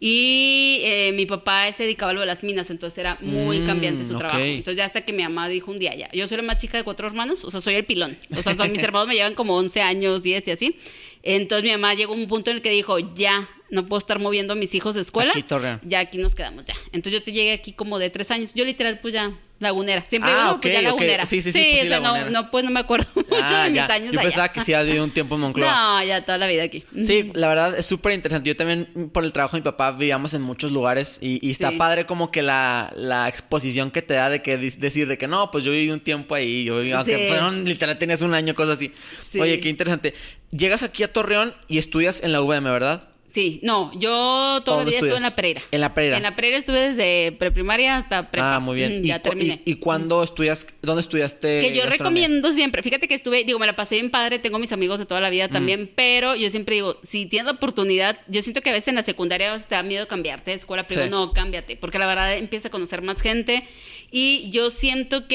Y mi papá se dedicaba a lo de las minas, entonces era muy cambiante su trabajo. Entonces ya hasta que mi mamá dijo un día, ya, yo soy la más chica de 4 hermanos, o sea, soy el pilón. O sea, mis hermanos me llevan como 11 años, 10 y así. Entonces mi mamá llegó a un punto en el que dijo, ya, no puedo estar moviendo a mis hijos de escuela. Aquí, Torreón. Ya aquí nos quedamos, ya. Entonces yo te llegué aquí como de 3 años. Yo literal, pues ya, lagunera. Siempre digo, pues ya lagunera. Sí, pues, o sea, no me acuerdo mucho de mis años Yo allá. pensaba que sí has vivido un tiempo en Monclova. No, ya toda la vida aquí. Sí, la verdad es súper interesante. Yo también, por el trabajo de mi papá, vivíamos en muchos lugares y está padre como que la exposición que te da de que decir de que no, pues yo viví un tiempo ahí, aunque fueron, literal, tenías un año, cosas así. Sí. Oye, qué interesante. Llegas aquí a Torreón y estudias en la UVM, ¿verdad? Sí, no, yo toda la vida estuve en La Pereira. En La Pereira. En La Pereira estuve desde preprimaria hasta prepa. Ah, muy bien. Ya terminé. ¿Y cuándo estudias? ¿Dónde estudiaste? Que yo recomiendo siempre. Fíjate que me la pasé bien padre. Tengo mis amigos de toda la vida también. Pero yo siempre digo, si tienes la oportunidad, yo siento que a veces en la secundaria te da miedo cambiarte de escuela, pero no, cámbiate. Porque la verdad empieza a conocer más gente. Y yo siento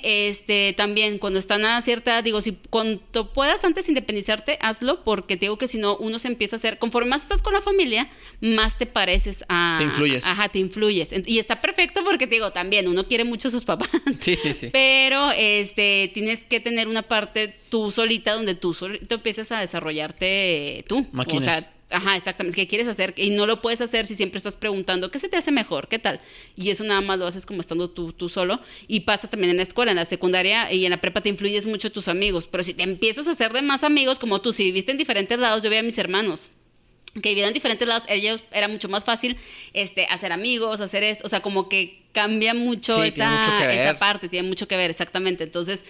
que también cuando están a cierta edad, digo, si cuanto puedas antes independizarte, hazlo, porque te digo que si no, uno se empieza a hacer, conforme más estás con la familia, más te pareces a... Te influyes. Ajá, te influyes. Y está perfecto porque te digo, también uno quiere mucho a sus papás. Sí. Pero tienes que tener una parte tú solita donde tú solito empiezas a desarrollarte tú. Máquinas. O sea, ajá, exactamente. ¿Qué quieres hacer? Y no lo puedes hacer si siempre estás preguntando, ¿qué se te hace mejor? ¿Qué tal? Y eso nada más lo haces como estando tú solo. Y pasa también en la escuela, en la secundaria y en la prepa te influyes mucho tus amigos. Pero si te empiezas a hacer de más amigos, como tú, si viviste en diferentes lados, yo veía a mis hermanos que vivieron en diferentes lados, ellos era mucho más fácil hacer amigos, hacer esto, o sea, como que cambia mucho esa parte, tiene mucho que ver, exactamente. Entonces,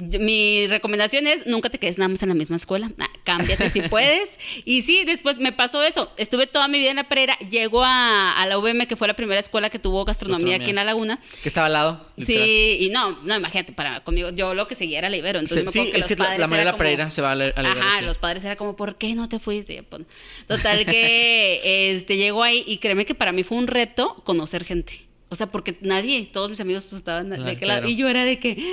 mi recomendación es, nunca te quedes nada más en la misma escuela, cámbiate si puedes. Y sí, después me pasó eso, estuve toda mi vida en La Pereira, llego a la UVM, que fue la primera escuela que tuvo gastronomía aquí en La Laguna. Que estaba al lado. Literal. Sí, y no, imagínate, conmigo, yo lo que seguía era la Ibero, entonces me acuerdo que los padres la mayoría de La Pereira se va a la Ibero. Ajá, los padres era como, ¿por qué no te fuiste? Total que llego ahí y créeme que para mí fue un reto conocer gente. O sea, porque todos mis amigos pues estaban de aquel lado. Y yo era de que,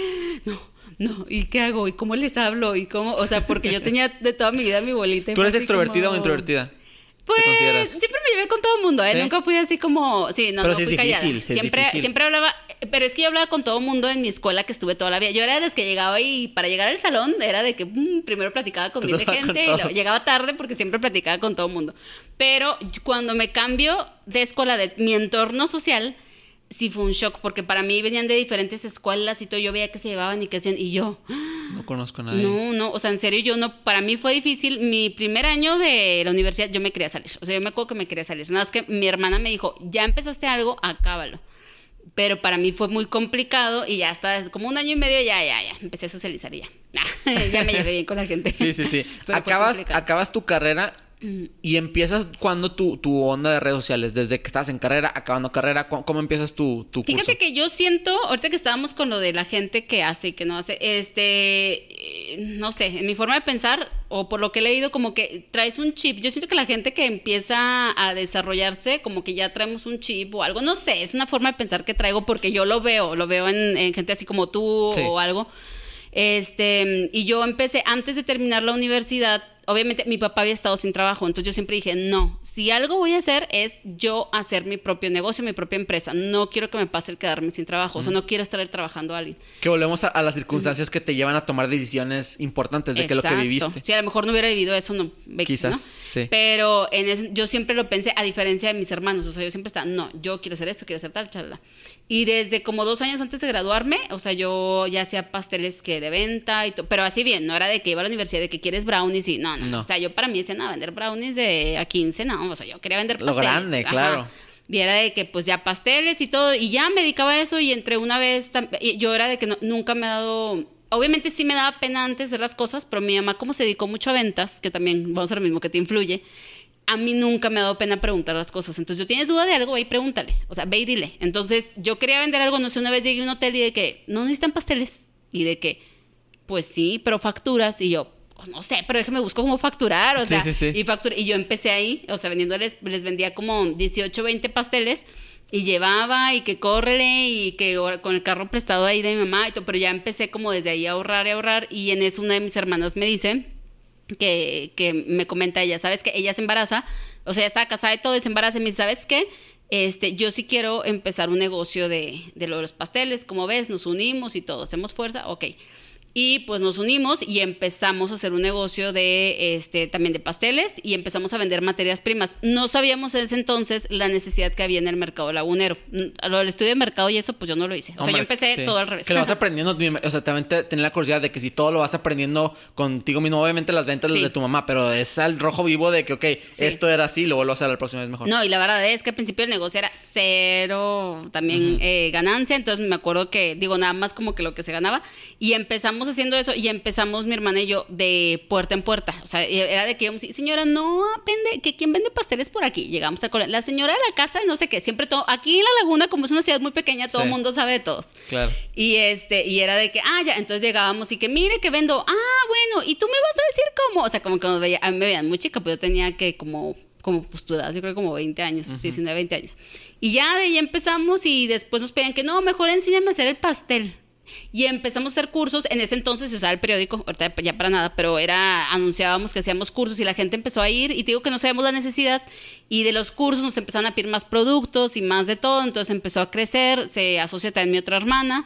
no, ¿y qué hago? ¿Y cómo les hablo? ¿Y cómo? O sea, porque yo tenía de toda mi vida mi bolita. ¿Tú eres extrovertida o introvertida? Pues siempre me llevé con todo el mundo, ¿eh? ¿Sí? Nunca fui así como... Sí, no, pero no sí fui callada. Siempre hablaba... Pero es que yo hablaba con todo el mundo en mi escuela que estuve toda la vida. Yo era de las que llegaba y para llegar al salón era de que primero platicaba con miles de gente y luego llegaba tarde porque siempre platicaba con todo el mundo. Pero cuando me cambio de escuela, de mi entorno social... Sí fue un shock, porque para mí venían de diferentes escuelas y todo, yo veía que se llevaban y que hacían, y yo... No conozco a nadie. No, o sea, en serio, para mí fue difícil. Mi primer año de la universidad yo me quería salir, o sea, yo me acuerdo que me quería salir. Nada más que mi hermana me dijo, ya empezaste algo, acábalo. Pero para mí fue muy complicado y ya hasta como un año y medio ya, empecé a socializar y ya. Ya me llevé bien con la gente. Sí. Acabas tu carrera... Y empiezas, ¿cuándo tu onda de redes sociales? Desde que estás en carrera, acabando carrera, ¿cómo empiezas tu curso? Fíjate que yo siento, ahorita que estábamos con lo de la gente que hace y que no hace, no sé, en mi forma de pensar, o por lo que he leído, como que traes un chip. Yo siento que la gente que empieza a desarrollarse, como que ya traemos un chip o algo, no sé, es una forma de pensar que traigo porque yo lo veo en gente así como tú o algo. Y yo empecé, antes de terminar la universidad, obviamente mi papá había estado sin trabajo, entonces yo siempre dije, no, si algo voy a hacer es yo hacer mi propio negocio, mi propia empresa, no quiero que me pase el quedarme sin trabajo, o sea, no quiero estar trabajando a alguien. Que volvemos a las circunstancias que te llevan a tomar decisiones importantes de que lo que viviste. Si a lo mejor no hubiera vivido eso, no. Quizás, ¿no? Sí. Pero yo siempre lo pensé, a diferencia de mis hermanos, o sea, yo siempre estaba, no, yo quiero hacer esto, quiero hacer tal, chalala. Y desde como 2 años antes de graduarme, o sea, yo ya hacía pasteles de venta y todo, pero así bien, no era de que iba a la universidad, de que quieres brownies y no. O sea, yo para mí decía, no, vender brownies de a 15, no, o sea, yo quería vender pasteles. Lo grande, claro. Y era de que pues ya pasteles y todo, y ya me dedicaba a eso y entre una vez, yo era de que nunca me ha dado... Obviamente sí me daba pena antes hacer las cosas, pero mi mamá como se dedicó mucho a ventas, que también vamos a lo mismo que te influye, a mí nunca me ha dado pena preguntar las cosas. Entonces, yo tienes duda de algo, ve y pregúntale. O sea, ve y dile. Entonces, yo quería vender algo, no sé, una vez llegué a un hotel y de que, no necesitan pasteles. Y de que, pues sí, pero facturas. Y yo, pues no sé, pero déjame busco cómo facturar, o sea. Sí. Y yo empecé ahí, o sea, vendiéndoles, les vendía como 18, 20 pasteles. Y llevaba y que córrele y que con el carro prestado ahí de mi mamá y todo, pero ya empecé como desde ahí a ahorrar y en eso una de mis hermanas me dice que me comenta ella, ¿sabes qué? Ella se embaraza, o sea, ya estaba casada y todo y se embaraza y me dice, ¿sabes qué? Yo sí quiero empezar un negocio de lo de los pasteles, como ves, nos unimos y todo, hacemos fuerza, ok. Y pues nos unimos y empezamos a hacer un negocio de también de pasteles y empezamos a vender materias primas. No sabíamos en ese entonces la necesidad que había en el mercado lagunero. Lo del estudio de mercado y eso, pues yo no lo hice. O sea, yo empecé todo al revés. Que lo vas aprendiendo, o sea, también tenés la curiosidad de que si todo lo vas aprendiendo contigo mismo, obviamente las ventas de tu mamá, pero es al rojo vivo de que, ok, esto era así, lo vuelvo a hacer la próxima vez mejor. No, y la verdad es que al principio el negocio era cero también ganancia, entonces me acuerdo que, nada más como que lo que se ganaba y empezamos haciendo eso y empezamos mi hermana y yo de puerta en puerta, o sea, era de que íbamos, señora, no vende, que quién vende pasteles por aquí, llegamos a la señora de la casa de no sé qué, siempre todo, aquí en La Laguna como es una ciudad muy pequeña, todo el mundo sabe de todos. Claro. Y y era de que, ya, entonces llegábamos y que mire que vendo, bueno, y tú me vas a decir cómo, o sea, como que nos veía, a mí me veían muy chica, pues yo tenía que como pues tu edad, yo creo como 20 años, 19, 20 años. Y ya de ahí empezamos y después nos pedían que no, mejor enséñame a hacer el pastel. Y empezamos a hacer cursos. En ese entonces se usaba el periódico, ahorita ya para nada, pero anunciábamos que hacíamos cursos y la gente empezó a ir. Y te digo que no sabíamos la necesidad. Y de los cursos nos empezaron a pedir más productos y más de todo. Entonces empezó a crecer. Se asocia también mi otra hermana.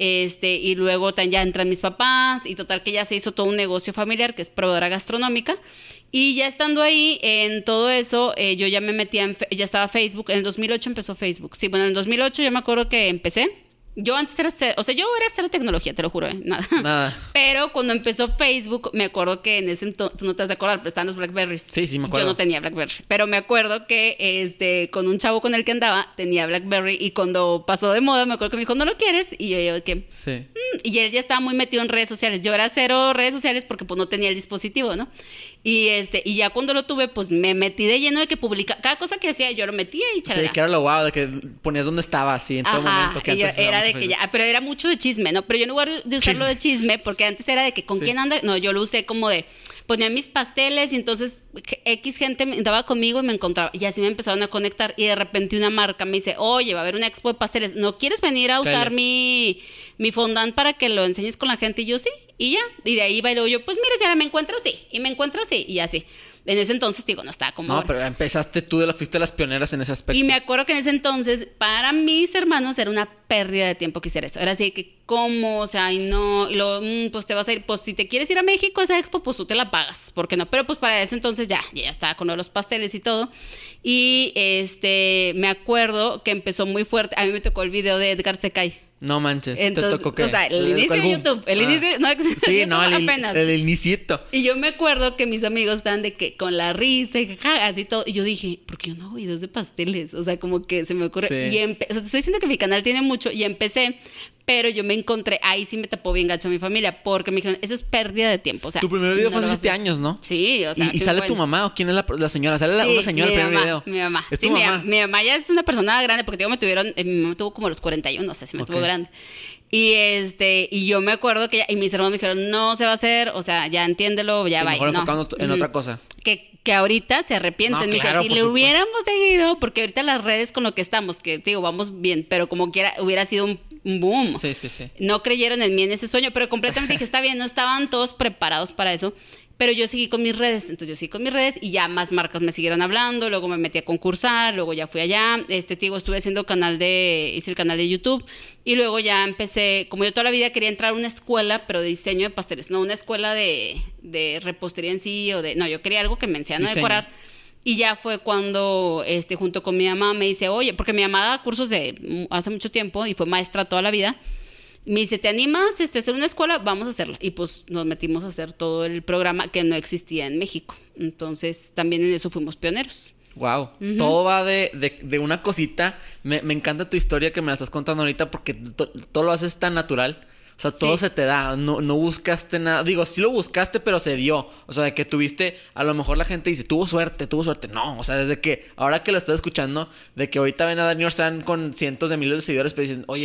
Y luego ya entran mis papás. Y total que ya se hizo todo un negocio familiar que es proveedora gastronómica. Y ya estando ahí en todo eso, yo ya me metía ya estaba Facebook. En el 2008 empezó Facebook. Sí, bueno, en el 2008 yo me acuerdo que empecé. Yo antes era yo era cero tecnología, te lo juro, nada. Pero cuando empezó Facebook, me acuerdo que en ese entonces, tú no te has de acordar, pero estaban los Blackberries. Sí, me acuerdo. Yo no tenía Blackberry, pero me acuerdo que con un chavo con el que andaba, tenía Blackberry y cuando pasó de moda, me acuerdo que me dijo, ¿no lo quieres? Y yo que... Sí. Y él ya estaba muy metido en redes sociales. Yo era cero redes sociales porque pues no tenía el dispositivo, ¿no? Y ya cuando lo tuve, pues me metí de lleno de que publicaba cada cosa que hacía, yo lo metía y chalala. Sí, que era lo guau, de que ponías dónde estaba, así, en todo momento. Que antes era de que ya, pero era mucho de chisme, ¿no? Pero yo en lugar de usarlo de chisme, porque antes era de que con quién anda, no, yo lo usé como de ponía mis pasteles y entonces X gente andaba conmigo y me encontraba. Y así me empezaron a conectar y de repente una marca me dice, oye, va a haber una expo de pasteles, ¿no quieres venir a usar mi fondant para que lo enseñes con la gente? Y yo, sí, y ya. Y de ahí bailó yo, pues mire, si ahora me encuentro así, y me encuentro así, y así. En ese entonces, no estaba como... No, pero empezaste tú, fuiste las pioneras en ese aspecto. Y me acuerdo que en ese entonces, para mis hermanos, era una pérdida de tiempo que hiciera eso. Era así que, ¿cómo? O sea, y no... pues te vas a ir... Pues si te quieres ir a México a esa expo, pues tú te la pagas. ¿Por qué no? Pero pues para ese entonces ya estaba con los pasteles y todo. Y me acuerdo que empezó muy fuerte. A mí me tocó el video de Edgar Secay. No manches, entonces, ¿te tocó qué? O sea, el inicio de YouTube. El inicio, no existía. Sí, no, apenas. El iniciito. Y yo me acuerdo que mis amigos estaban de que con la risa y así todo. Y yo dije, ¿por qué yo no hago videos de pasteles? O sea, como que se me ocurre. Sí. Y o sea, te estoy diciendo que mi canal tiene mucho. Y empecé, pero yo me encontré, ahí sí me tapó bien gacho mi familia, porque me dijeron, eso es pérdida de tiempo. O sea, tu primer video fue hace 7 años, ¿no? Sí, o sea. ¿Y sale tu mamá o quién es la señora? ¿Sale una señora el primer video? Mi mamá. ¿Es tu mamá? Mi mamá ya es una persona grande, porque mi mamá tuvo como los 41, o sea, se me tuvo grande. Y yo me acuerdo que y mis hermanos me dijeron, no se va a hacer, o sea, ya entiéndelo, ya va. Mejor enfocándonos en otra cosa. Que ahorita se arrepienten. Me dicen, si le hubiéramos seguido, porque ahorita las redes con lo que estamos, que digo, vamos bien, pero como quiera, hubiera sido un boom. Sí. No creyeron en mí en ese sueño, pero completamente dije, está bien, no estaban todos preparados para eso. Pero yo seguí con mis redes, y ya más marcas me siguieron hablando, luego me metí a concursar, luego ya fui allá, estuve haciendo hice el canal de YouTube y luego ya empecé, como yo toda la vida quería entrar a una escuela, pero de diseño de pasteles, no una escuela de repostería en sí, no, yo quería algo que me enseñara a decorar. Y ya fue cuando, junto con mi mamá me dice, oye, porque mi mamá da cursos de hace mucho tiempo y fue maestra toda la vida. Me dice, ¿te animas a hacer una escuela? Vamos a hacerla. Y pues nos metimos a hacer todo el programa que no existía en México. Entonces también en eso fuimos pioneros. Wow. Todo va de una cosita. Me encanta tu historia que me la estás contando ahorita porque todo lo haces tan natural. O sea, todo se te da. No buscaste nada. Digo, sí lo buscaste, pero se dio. O sea, de que tuviste... A lo mejor la gente dice, tuvo suerte. No, o sea, desde que... Ahora que lo estoy escuchando, de que ahorita ven a Dani Orzán con cientos de miles de seguidores, pero dicen, oye...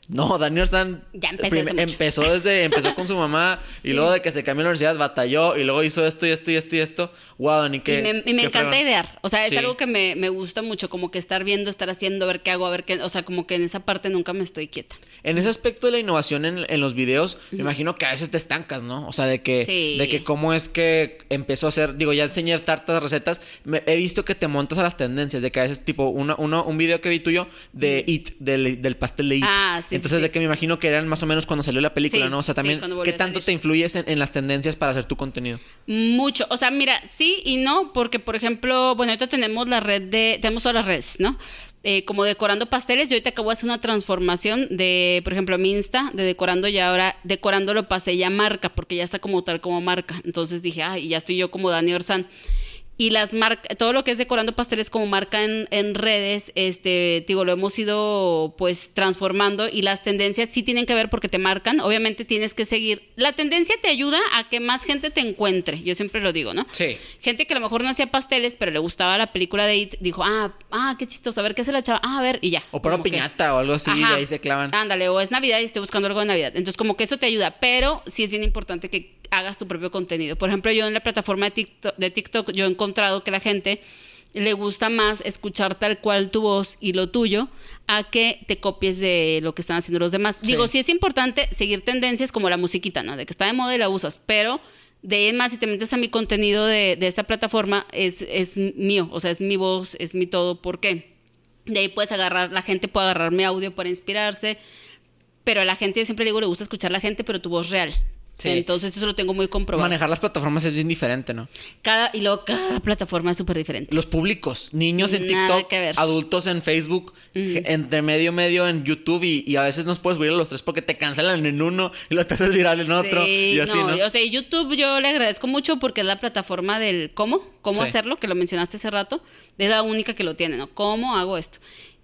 No, Dani Orzán empezó con su mamá y luego de que se cambió a la universidad batalló y luego hizo esto y esto y esto y esto. Wow, Dani, y me encanta idear. O sea, es algo que me gusta mucho, como que estar viendo, estar haciendo, ver qué hago, a ver qué... O sea, como que en esa parte nunca me estoy quieta. En ese aspecto de la innovación en los videos, me imagino que a veces te estancas, ¿no? O sea, de que cómo es que empezó a hacer... Digo, ya enseñé tartas recetas. He visto que te montas a las tendencias, de que a veces tipo un video que vi tuyo de It, del pastel de It. Entonces, de que me imagino que eran más o menos cuando salió la película, ¿no? O sea, también, ¿qué tanto te influyes en las tendencias para hacer tu contenido? Mucho. O sea, mira, sí y no, porque, por ejemplo, bueno, ahorita tenemos tenemos todas las redes, ¿no? Como decorando pasteles, yo ahorita acabo de hacer una transformación de, por ejemplo, mi Insta, de decorando, y ahora decorando lo pasé ya marca, porque ya está como tal como marca. Entonces dije, y ya estoy yo como Dani Orzán. Y las marcas, todo lo que es decorando pasteles como marca en redes, digo, lo hemos ido pues transformando, y las tendencias sí tienen que ver porque te marcan. Obviamente tienes que seguir. La tendencia te ayuda a que más gente te encuentre. Yo siempre lo digo, ¿no? Sí. Gente que a lo mejor no hacía pasteles, pero le gustaba la película de It, dijo, qué chistoso, a ver qué se la chava, a ver, y ya. O para una piñata o algo así, y ahí se clavan. Ándale, o es Navidad y estoy buscando algo de Navidad. Entonces, como que eso te ayuda, pero sí es bien importante que hagas tu propio contenido. Por ejemplo, yo en la plataforma de TikTok, yo he encontrado que la gente le gusta más escuchar tal cual tu voz y lo tuyo a que te copies de lo que están haciendo los demás. Sí. Digo, sí es importante seguir tendencias como la musiquita, ¿no? De que está de moda y la usas, pero de ahí en más, si te metes a mi contenido de esta plataforma, es mío, o sea, es mi voz, es mi todo. ¿Por qué? De ahí puedes la gente puede agarrar mi audio para inspirarse, pero a la gente, yo siempre digo, le gusta escuchar a la gente, pero tu voz real. Sí. Entonces eso lo tengo muy comprobado. Manejar las plataformas es bien diferente, ¿no? Cada plataforma es súper diferente. Los públicos, niños en TikTok, adultos en Facebook, entre medio en YouTube, y a veces no puedes subir a los tres porque te cancelan en uno y lo te haces viral en otro, y así, ¿no? O sea, YouTube yo le agradezco mucho porque es la plataforma del cómo hacerlo, que lo mencionaste hace rato, es la única que lo tiene, ¿no? ¿Cómo hago esto?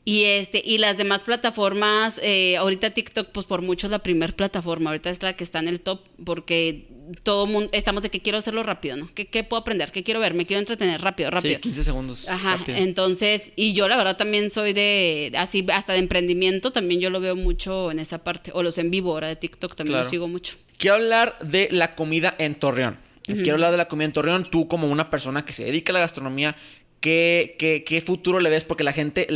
Y las demás plataformas, ahorita TikTok, pues por mucho es la primer plataforma, ahorita es la que está en el top, porque todo mundo estamos de que quiero hacerlo rápido, ¿no? ¿Qué puedo aprender? ¿Qué quiero ver? Me quiero entretener rápido. Sí, 15 segundos. Ajá, rápido. Entonces, y yo la verdad también soy así, hasta de emprendimiento, también yo lo veo mucho en esa parte, o los en vivo ahora de TikTok también los sigo mucho. Quiero hablar de la comida en Torreón. Quiero hablar de la comida en Torreón, tú como una persona que se dedica a la gastronomía, ¿Qué futuro le ves? Porque la gente,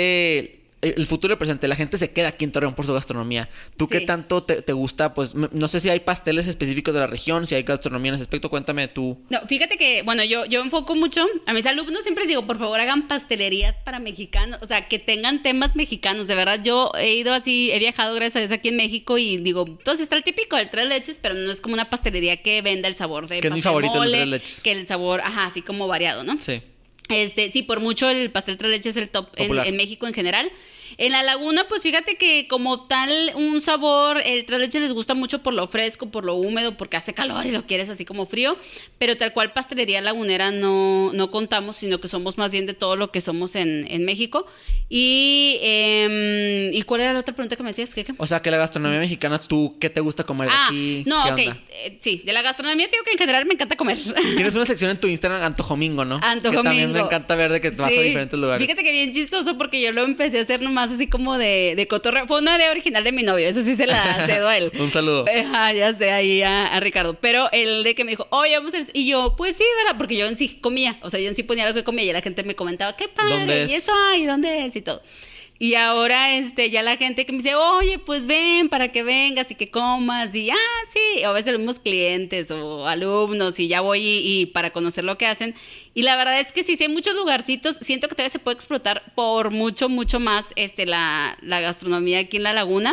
el futuro y el presente, la gente se queda aquí en Torreón por su gastronomía. ¿Tú qué tanto te gusta? Pues no sé si hay pasteles específicos de la región, si hay gastronomía en ese aspecto, cuéntame tú. No, fíjate que, bueno, yo enfoco mucho, a mis alumnos siempre les digo, por favor hagan pastelerías para mexicanos, o sea, que tengan temas mexicanos. De verdad, yo he viajado gracias a Dios aquí en México y digo, entonces está el típico del tres leches, pero no es como una pastelería que venda el sabor de que es mi favorito el tres leches. Que el sabor, así como variado, ¿no? Sí. Sí, por mucho el pastel tres leches es el top en México en general. En la Laguna, pues fíjate que como tal un sabor, el tres leches les gusta mucho por lo fresco, por lo húmedo, porque hace calor y lo quieres así como frío, pero tal cual pastelería lagunera no contamos, sino que somos más bien de todo lo que somos en México. ¿Y cuál era la otra pregunta que me decías? ¿Qué? O sea, que la gastronomía mexicana, ¿tú qué te gusta comer aquí? No, ok. Sí, de la gastronomía te digo que en general me encanta comer. Tienes una sección en tu Instagram, Antojomingo, ¿no? Antojomingo. Que también me encanta ver de que vas a diferentes lugares. Fíjate que bien chistoso porque yo lo empecé a hacer nomás así como de cotorreo. Fue una idea original de mi novio, eso sí se la cedo a él. Un saludo. Ya sé, ahí a Ricardo. Pero el de que me dijo, oye, vamos a hacer... Y yo, pues sí, ¿verdad? Porque yo en sí comía. O sea, yo en sí ponía lo que comía y la gente me comentaba, qué padre, ¿dónde es? Y eso hay, ¿dónde es? Y todo. Y ahora ya la gente que me dice, oye, pues ven para que vengas y que comas. Y sí, o a veces los mismos clientes o alumnos y ya voy y para conocer lo que hacen. Y la verdad es que sí hay muchos lugarcitos. Siento que todavía se puede explotar por mucho más la gastronomía aquí en La Laguna.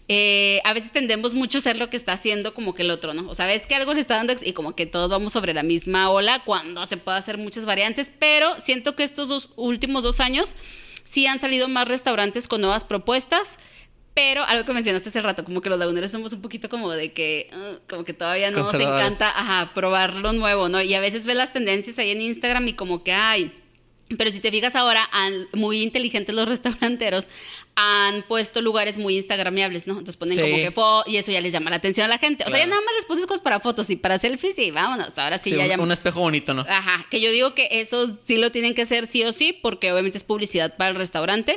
A veces tendemos mucho a hacer lo que está haciendo como que el otro, ¿no? O sea, ves que algo le está dando y como que todos vamos sobre la misma ola cuando se puede hacer muchas variantes. Pero siento que estos últimos 2 años sí han salido más restaurantes con nuevas propuestas, pero algo que mencionaste hace rato, como que los laguneros somos un poquito como de que como que todavía no nos encanta probar lo nuevo, ¿no? Y a veces ves las tendencias ahí en Instagram y como que pero si te fijas ahora, muy inteligentes los restauranteros han puesto lugares muy instagramiables, ¿no? Entonces ponen como que y eso ya les llama la atención a la gente. O sea, ya nada más les pones cosas para fotos y para selfies y vámonos. Ahora sí ya llama. Un espejo bonito, ¿no? Que yo digo que eso sí lo tienen que hacer sí o sí, porque obviamente es publicidad para el restaurante.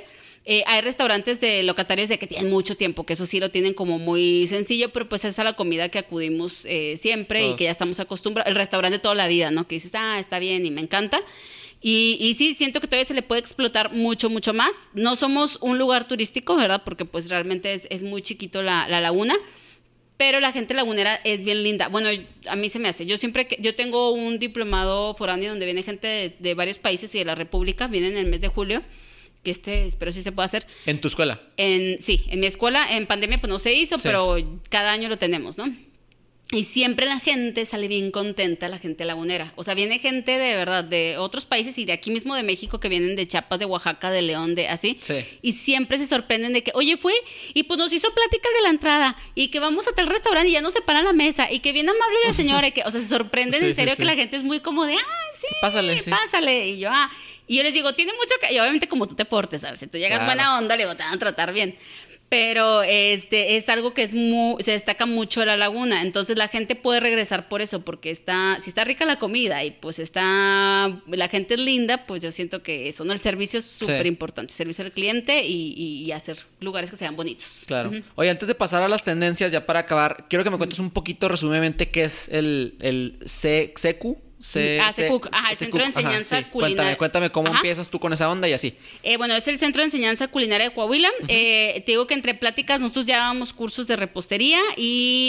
Hay restaurantes de locatarios de que tienen mucho tiempo, que eso sí lo tienen como muy sencillo, pero pues esa es la comida que acudimos siempre y que ya estamos acostumbrados. El restaurante de toda la vida, ¿no? Que dices, está bien y me encanta. Y sí, siento que todavía se le puede explotar mucho, mucho más. No somos un lugar turístico, ¿verdad? Porque pues realmente es muy chiquito la laguna. Pero la gente lagunera es bien linda. Bueno, a mí se me hace. Yo tengo un diplomado foráneo donde viene gente de varios países y de la República. Vienen en el mes de julio. Que espero sí se puede hacer. ¿En tu escuela? Sí, en mi escuela. En pandemia pues no se hizo, pero cada año lo tenemos, ¿no? Y siempre la gente sale bien contenta, la gente lagunera. O sea, viene gente de verdad de otros países y de aquí mismo de México que vienen de Chiapas, de Oaxaca, de León, de así. Sí. Y siempre se sorprenden de que, oye, fui y pues nos hizo plática de la entrada y que vamos a tal restaurante y ya nos separan la mesa y que bien amable la señora y que, o sea, se sorprenden en serio que la gente es muy como de, sí, pásale. Y yo, Y yo les digo, tiene mucho que... Y obviamente como tú te portes, ¿sabes? Si tú llegas buena onda, le digo, te van a tratar bien. Pero es algo que se destaca mucho de la laguna. Entonces la gente puede regresar por eso, porque si está rica la comida y pues la gente es linda, pues yo siento que eso, ¿no? El servicio es súper importante. Servicio al cliente y hacer lugares que sean bonitos. Claro. Oye, antes de pasar a las tendencias, ya para acabar, quiero que me cuentes un poquito resumidamente qué es el CECU. CECUC, el Centro de Enseñanza Culinaria. Cuéntame cómo empiezas tú con esa onda y así. Bueno, es el Centro de Enseñanza Culinaria de Coahuila. Te digo que entre pláticas nosotros ya dábamos cursos de repostería y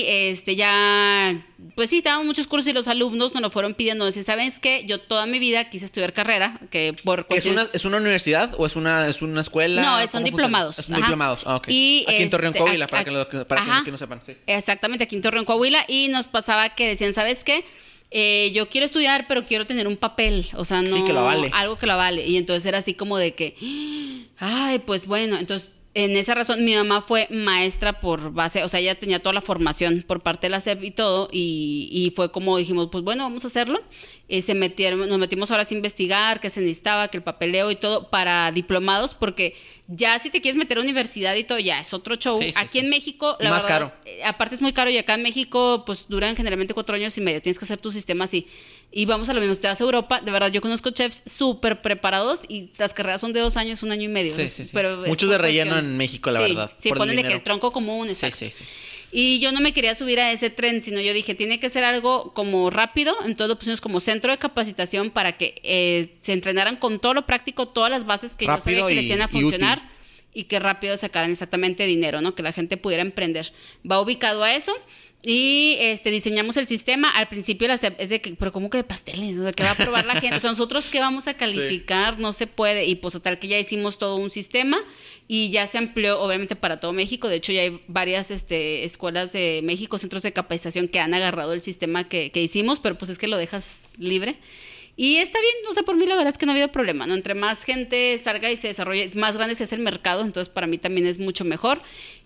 pues sí, dábamos muchos cursos y los alumnos nos lo fueron pidiendo. Decían, ¿sabes qué? Yo toda mi vida quise estudiar carrera. ¿Es una universidad o es una escuela? No, son diplomados. Son diplomados, ok. Y aquí en Torreón, Coahuila, para que no sepan. Sí. Exactamente, aquí en Torreón, Coahuila. Y nos pasaba que decían, ¿sabes qué? Yo quiero estudiar, pero quiero tener un papel, o sea, no, sí, que lo avale. Algo que lo avale. Y entonces era así como de que, pues bueno, entonces en esa razón mi mamá fue maestra por base, o sea, ella tenía toda la formación por parte de la SEP y todo, y fue como dijimos, pues bueno, vamos a hacerlo. Nos metimos ahora a investigar qué se necesitaba, que el papeleo y todo para diplomados, porque ya si te quieres meter a universidad y todo, ya es otro show. Aquí en México, la más verdad, caro. Aparte es muy caro y acá en México, pues duran generalmente 4 años y medio, tienes que hacer tu sistema así. Y vamos a lo mismo, te vas a Europa, de verdad, yo conozco chefs súper preparados y las carreras son de 2 años, 1 año y medio. Sí. Pero muchos de relleno en México, la verdad. Sí, ponen de que el tronco común, exacto. Sí. Y yo no me quería subir a ese tren, sino yo dije, tiene que ser algo como rápido, entonces lo pusimos como centro de capacitación para que se entrenaran con todo lo práctico, todas las bases que rápido yo sabía que les iban a funcionar y que rápido sacaran exactamente dinero, ¿no? Que la gente pudiera emprender. Va ubicado a eso. Y diseñamos el sistema. Al principio es de que, pero ¿cómo que de pasteles? O sea, ¿qué va a probar la gente? O sea, nosotros ¿qué vamos a calificar? No se puede. Y pues tal que ya hicimos todo un sistema y ya se amplió obviamente para todo México. De hecho ya hay varias escuelas de México, centros de capacitación que han agarrado el sistema que hicimos, pero pues es que lo dejas libre. Y está bien, o sea, por mí la verdad es que no ha habido problema, ¿no? Entre más gente salga y se desarrolle, más grande se hace el mercado, entonces para mí también es mucho mejor.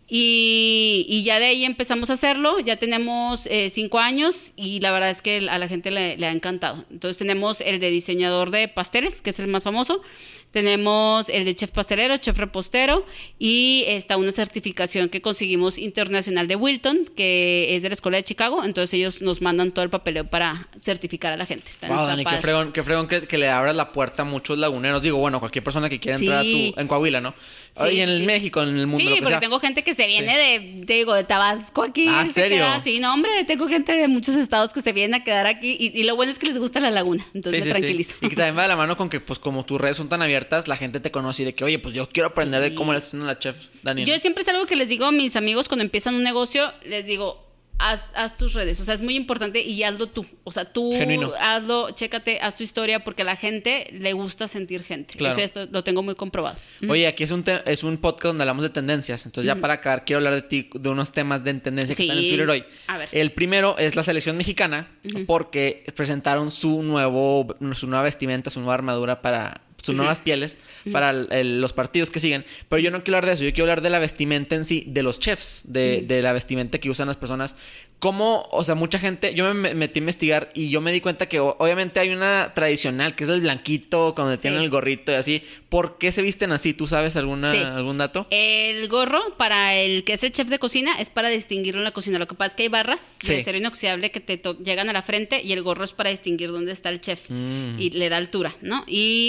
Y ya de ahí empezamos a hacerlo, ya tenemos 5 años y la verdad es que a la gente le ha encantado. Entonces tenemos el de diseñador de pasteles, que es el más famoso. Tenemos el de chef pastelero, chef repostero y está una certificación que conseguimos internacional de Wilton, que es de la Escuela de Chicago. Entonces ellos nos mandan todo el papeleo para certificar a la gente. Wow, Dani, qué fregón que le abras la puerta a muchos laguneros. Digo, bueno, cualquier persona que quiera entrar en Coahuila, ¿no? Y en México, en el mundo. Sí, porque tengo gente que se viene de Tabasco aquí. ¿Ah, serio? Sí, no, hombre, tengo gente de muchos estados que se vienen a quedar aquí y lo bueno es que les gusta la laguna, entonces me tranquilizo. Y que también va de la mano con que, pues, como tus redes son tan abiertas, la gente te conoce y de que, oye, pues yo quiero aprender de cómo le está haciendo la chef Daniela. Yo siempre es algo que les digo a mis amigos cuando empiezan un negocio, les digo, haz tus redes, o sea, es muy importante y hazlo tú, o sea, tú genuino. Hazlo, chécate, haz tu historia porque a la gente le gusta sentir gente. Claro. Eso esto lo tengo muy comprobado. Oye, aquí es un podcast donde hablamos de tendencias, entonces ya para acabar quiero hablar de ti, de unos temas de tendencia que están en Twitter hoy. A ver. El primero es la selección mexicana porque presentaron su nueva vestimenta, su nueva armadura para sus nuevas pieles para los partidos que siguen. Pero yo no quiero hablar de eso. Yo quiero hablar de la vestimenta en sí, de los chefs, de la vestimenta que usan las personas. Cómo, o sea, mucha gente... Yo me metí a investigar y yo me di cuenta que obviamente hay una tradicional que es el blanquito, cuando tienen el gorrito y así. ¿Por qué se visten así? ¿Tú sabes algún dato? El gorro, para el que es el chef de cocina, es para distinguirlo en la cocina. Lo que pasa es que hay barras de acero inoxidable que te llegan a la frente y el gorro es para distinguir dónde está el chef y le da altura, ¿no? Y la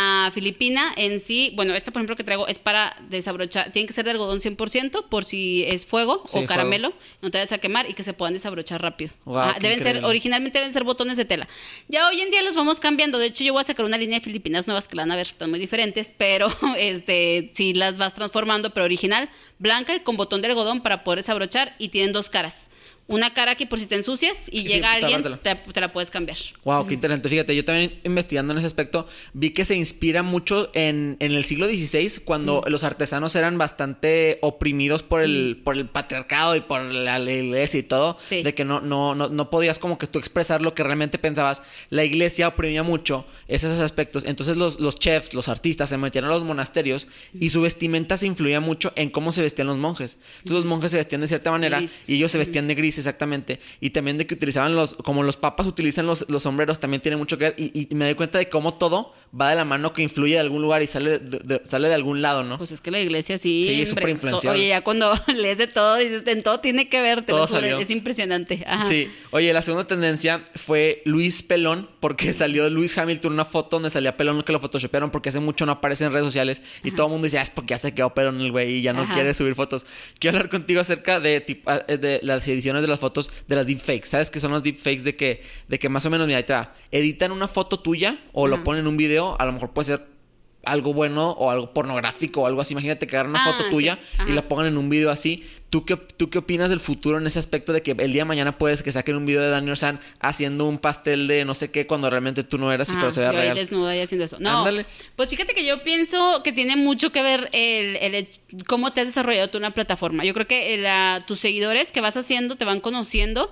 la filipina en sí, bueno, esta por ejemplo que traigo es para desabrochar, tiene que ser de algodón 100% por si es fuego o caramelo, no te vayas a quemar y que se puedan desabrochar rápido. Wow, originalmente deben ser botones de tela. Ya hoy en día los vamos cambiando, de hecho yo voy a sacar una línea de filipinas nuevas que la van a ver, están muy diferentes, pero sí las vas transformando, pero original, blanca y con botón de algodón para poder desabrochar y tienen 2 caras. Una cara aquí por si te ensucias y llega alguien, te la puedes cambiar. Wow, qué interesante. Fíjate, yo también investigando en ese aspecto, vi que se inspira mucho en el siglo XVI, cuando los artesanos eran bastante oprimidos por el patriarcado y por la iglesia y todo, de que no podías como que tú expresar lo que realmente pensabas. La iglesia oprimía mucho esos aspectos. Entonces los chefs, los artistas se metían a los monasterios y su vestimenta se influía mucho en cómo se vestían los monjes. Entonces los monjes se vestían de cierta manera y ellos se vestían de gris. Exactamente. Y también de que utilizaban como los papas utilizan los sombreros, también tiene mucho que ver. Y me doy cuenta de cómo todo va de la mano, que influye de algún lugar y sale de algún lado, ¿no? Pues es que la iglesia sí es súper influenciada. Oye, ya cuando lees de todo, dices, en todo tiene que ver. Todo salió. Es impresionante. Ajá. Sí. Oye, la segunda tendencia fue Luis Pelón, porque salió Luis Hamilton, una foto donde salía Pelón, que lo photoshopearon porque hace mucho no aparece en redes sociales. Y todo el mundo dice, es porque ya se quedó Pelón el güey y ya no quiere subir fotos. Quiero hablar contigo acerca de las ediciones de las fotos de las deepfakes. ¿Sabes qué son los deepfakes? De que más o menos, mira, ahí te va. Editan una foto tuya o lo ponen en un video. A lo mejor puede ser algo bueno o algo pornográfico o algo así. Imagínate que agarran una foto tuya y la pongan en un video así. ¿Tú qué opinas del futuro en ese aspecto de que el día de mañana puedes que saquen un video de Dani Orzán haciendo un pastel de no sé qué cuando realmente tú no eras, pero se vea real? Yo desnuda y haciendo eso. No, ándale. Pues fíjate que yo pienso que tiene mucho que ver el cómo te has desarrollado tú una plataforma. Yo creo que tus seguidores que vas haciendo te van conociendo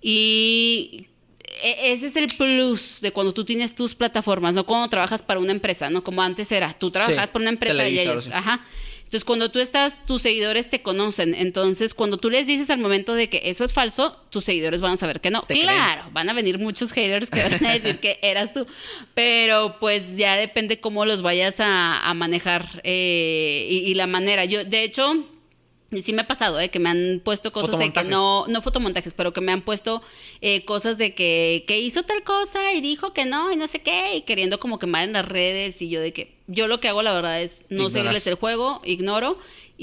y ese es el plus de cuando tú tienes tus plataformas, no cuando trabajas para una empresa, no como antes era. Tú trabajabas para una empresa y ellos, Entonces, cuando tú estás, tus seguidores te conocen. Entonces, cuando tú les dices al momento de que eso es falso, tus seguidores van a saber que no. Claro, van a venir muchos haters que van a decir que eras tú. Pero, pues, ya depende cómo los vayas a manejar y la manera. Yo, de hecho, sí me ha pasado, que me han puesto cosas de que no fotomontajes, pero que me han puesto cosas de que hizo tal cosa y dijo que no y no sé qué, y queriendo como quemar en las redes, y yo de que yo lo que hago la verdad es no seguirles el juego, ignoro.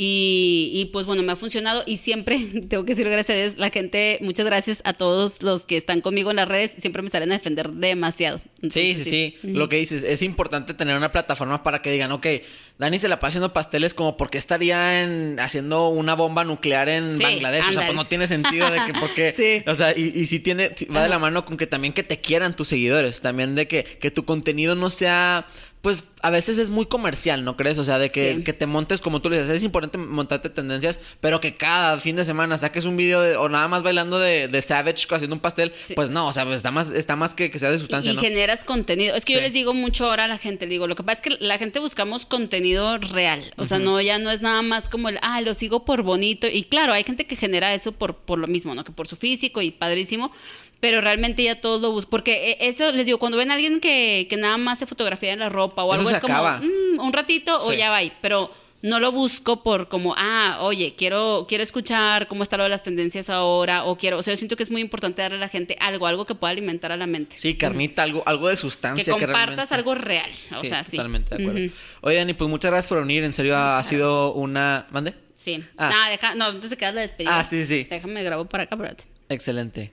Y pues bueno, me ha funcionado y siempre tengo que decir gracias a Dios, la gente, muchas gracias a todos los que están conmigo en las redes, siempre me salen a defender demasiado. Entonces, sí. Lo que dices, es importante tener una plataforma para que digan, ok, Dani se la pasa haciendo pasteles, como porque estaría haciendo una bomba nuclear en Bangladesh. Ándale. O sea, pues no tiene sentido de que porque, o sea, y si tiene, va de la mano con que también que te quieran tus seguidores, también de que tu contenido no sea, pues a veces es muy comercial, ¿no crees? O sea, de que te montes, como tú le dices, es importante montarte tendencias, pero que cada fin de semana saques un video o nada más bailando de Savage haciendo un pastel, pues no, o sea, pues está más que sea de sustancia, ¿no? Y generas contenido. Es que yo les digo mucho ahora a la gente, digo, lo que pasa es que la gente buscamos contenido real, o sea, ya no es nada más como lo sigo por bonito, y claro, hay gente que genera eso por lo mismo, ¿no? Que por su físico y padrísimo, pero realmente ya todos lo buscan, porque eso les digo, cuando ven a alguien que nada más se fotografía en la ropa o algo, es como un ratito o ya va ahí, pero no lo busco por como, oye, quiero escuchar cómo está lo de las tendencias ahora, o yo siento que es muy importante darle a la gente algo que pueda alimentar a la mente. Sí, carnita, algo de sustancia. Que compartas algo real, totalmente de acuerdo. Oye, Dani, pues muchas gracias por venir, en serio ha sido una... ¿Mande? Sí. Antes de que hagas la despedida. Sí. Déjame grabo para acá, espérate. Excelente.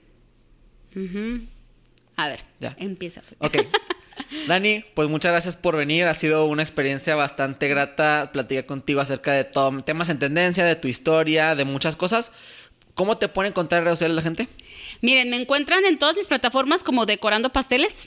A ver, ya. Empieza. Ok. Dani, pues muchas gracias por venir. Ha sido una experiencia bastante grata platicar contigo acerca de todo, temas en tendencia, de tu historia, de muchas cosas. ¿Cómo te pueden encontrar en redes sociales la gente? Miren, me encuentran en todas mis plataformas como Decorando Pasteles.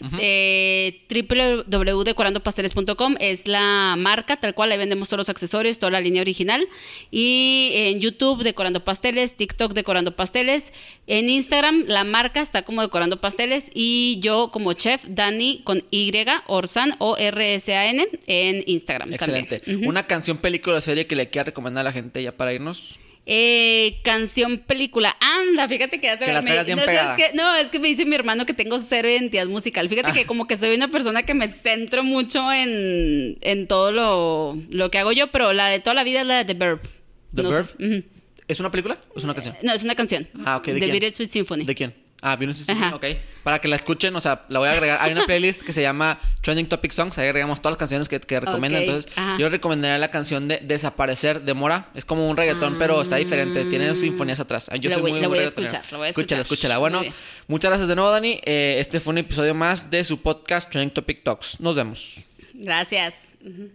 www.decorandopasteles.com es la marca, tal cual, ahí vendemos todos los accesorios, toda la línea original. Y en YouTube, Decorando Pasteles, TikTok, Decorando Pasteles. En Instagram, la marca está como Decorando Pasteles. Y yo como chef, Dani con Y, Orzán, O-R-S-A-N, en Instagram. Excelente. Una canción, película o serie que le quiera recomendar a la gente ya para irnos. Canción, película. Anda, fíjate que ya se la traigas bien pegada. Es que me dice mi hermano que tengo cero identidad musical. Fíjate que como que soy una persona que me centro mucho en todo lo que hago yo, pero la de toda la vida es la de The Verb. ¿The Verb? ¿Es una película o es una canción? No, es una canción. ¿De quién? The Bittersweet Symphony. ¿De quién? Venus is Sleeping, ok. Para que la escuchen, o sea, la voy a agregar. Hay una playlist que se llama Trending Topic Songs. Ahí agregamos todas las canciones que recomiendan. Entonces, yo recomendaría la canción de Desaparecer de Mora. Es como un reggaetón, pero está diferente. Tiene sinfonías atrás. Yo soy muy voy a escuchar. Escúchala. Bueno, muchas gracias de nuevo, Dani. Este fue un episodio más de su podcast Trending Topic Talks. Nos vemos. Gracias.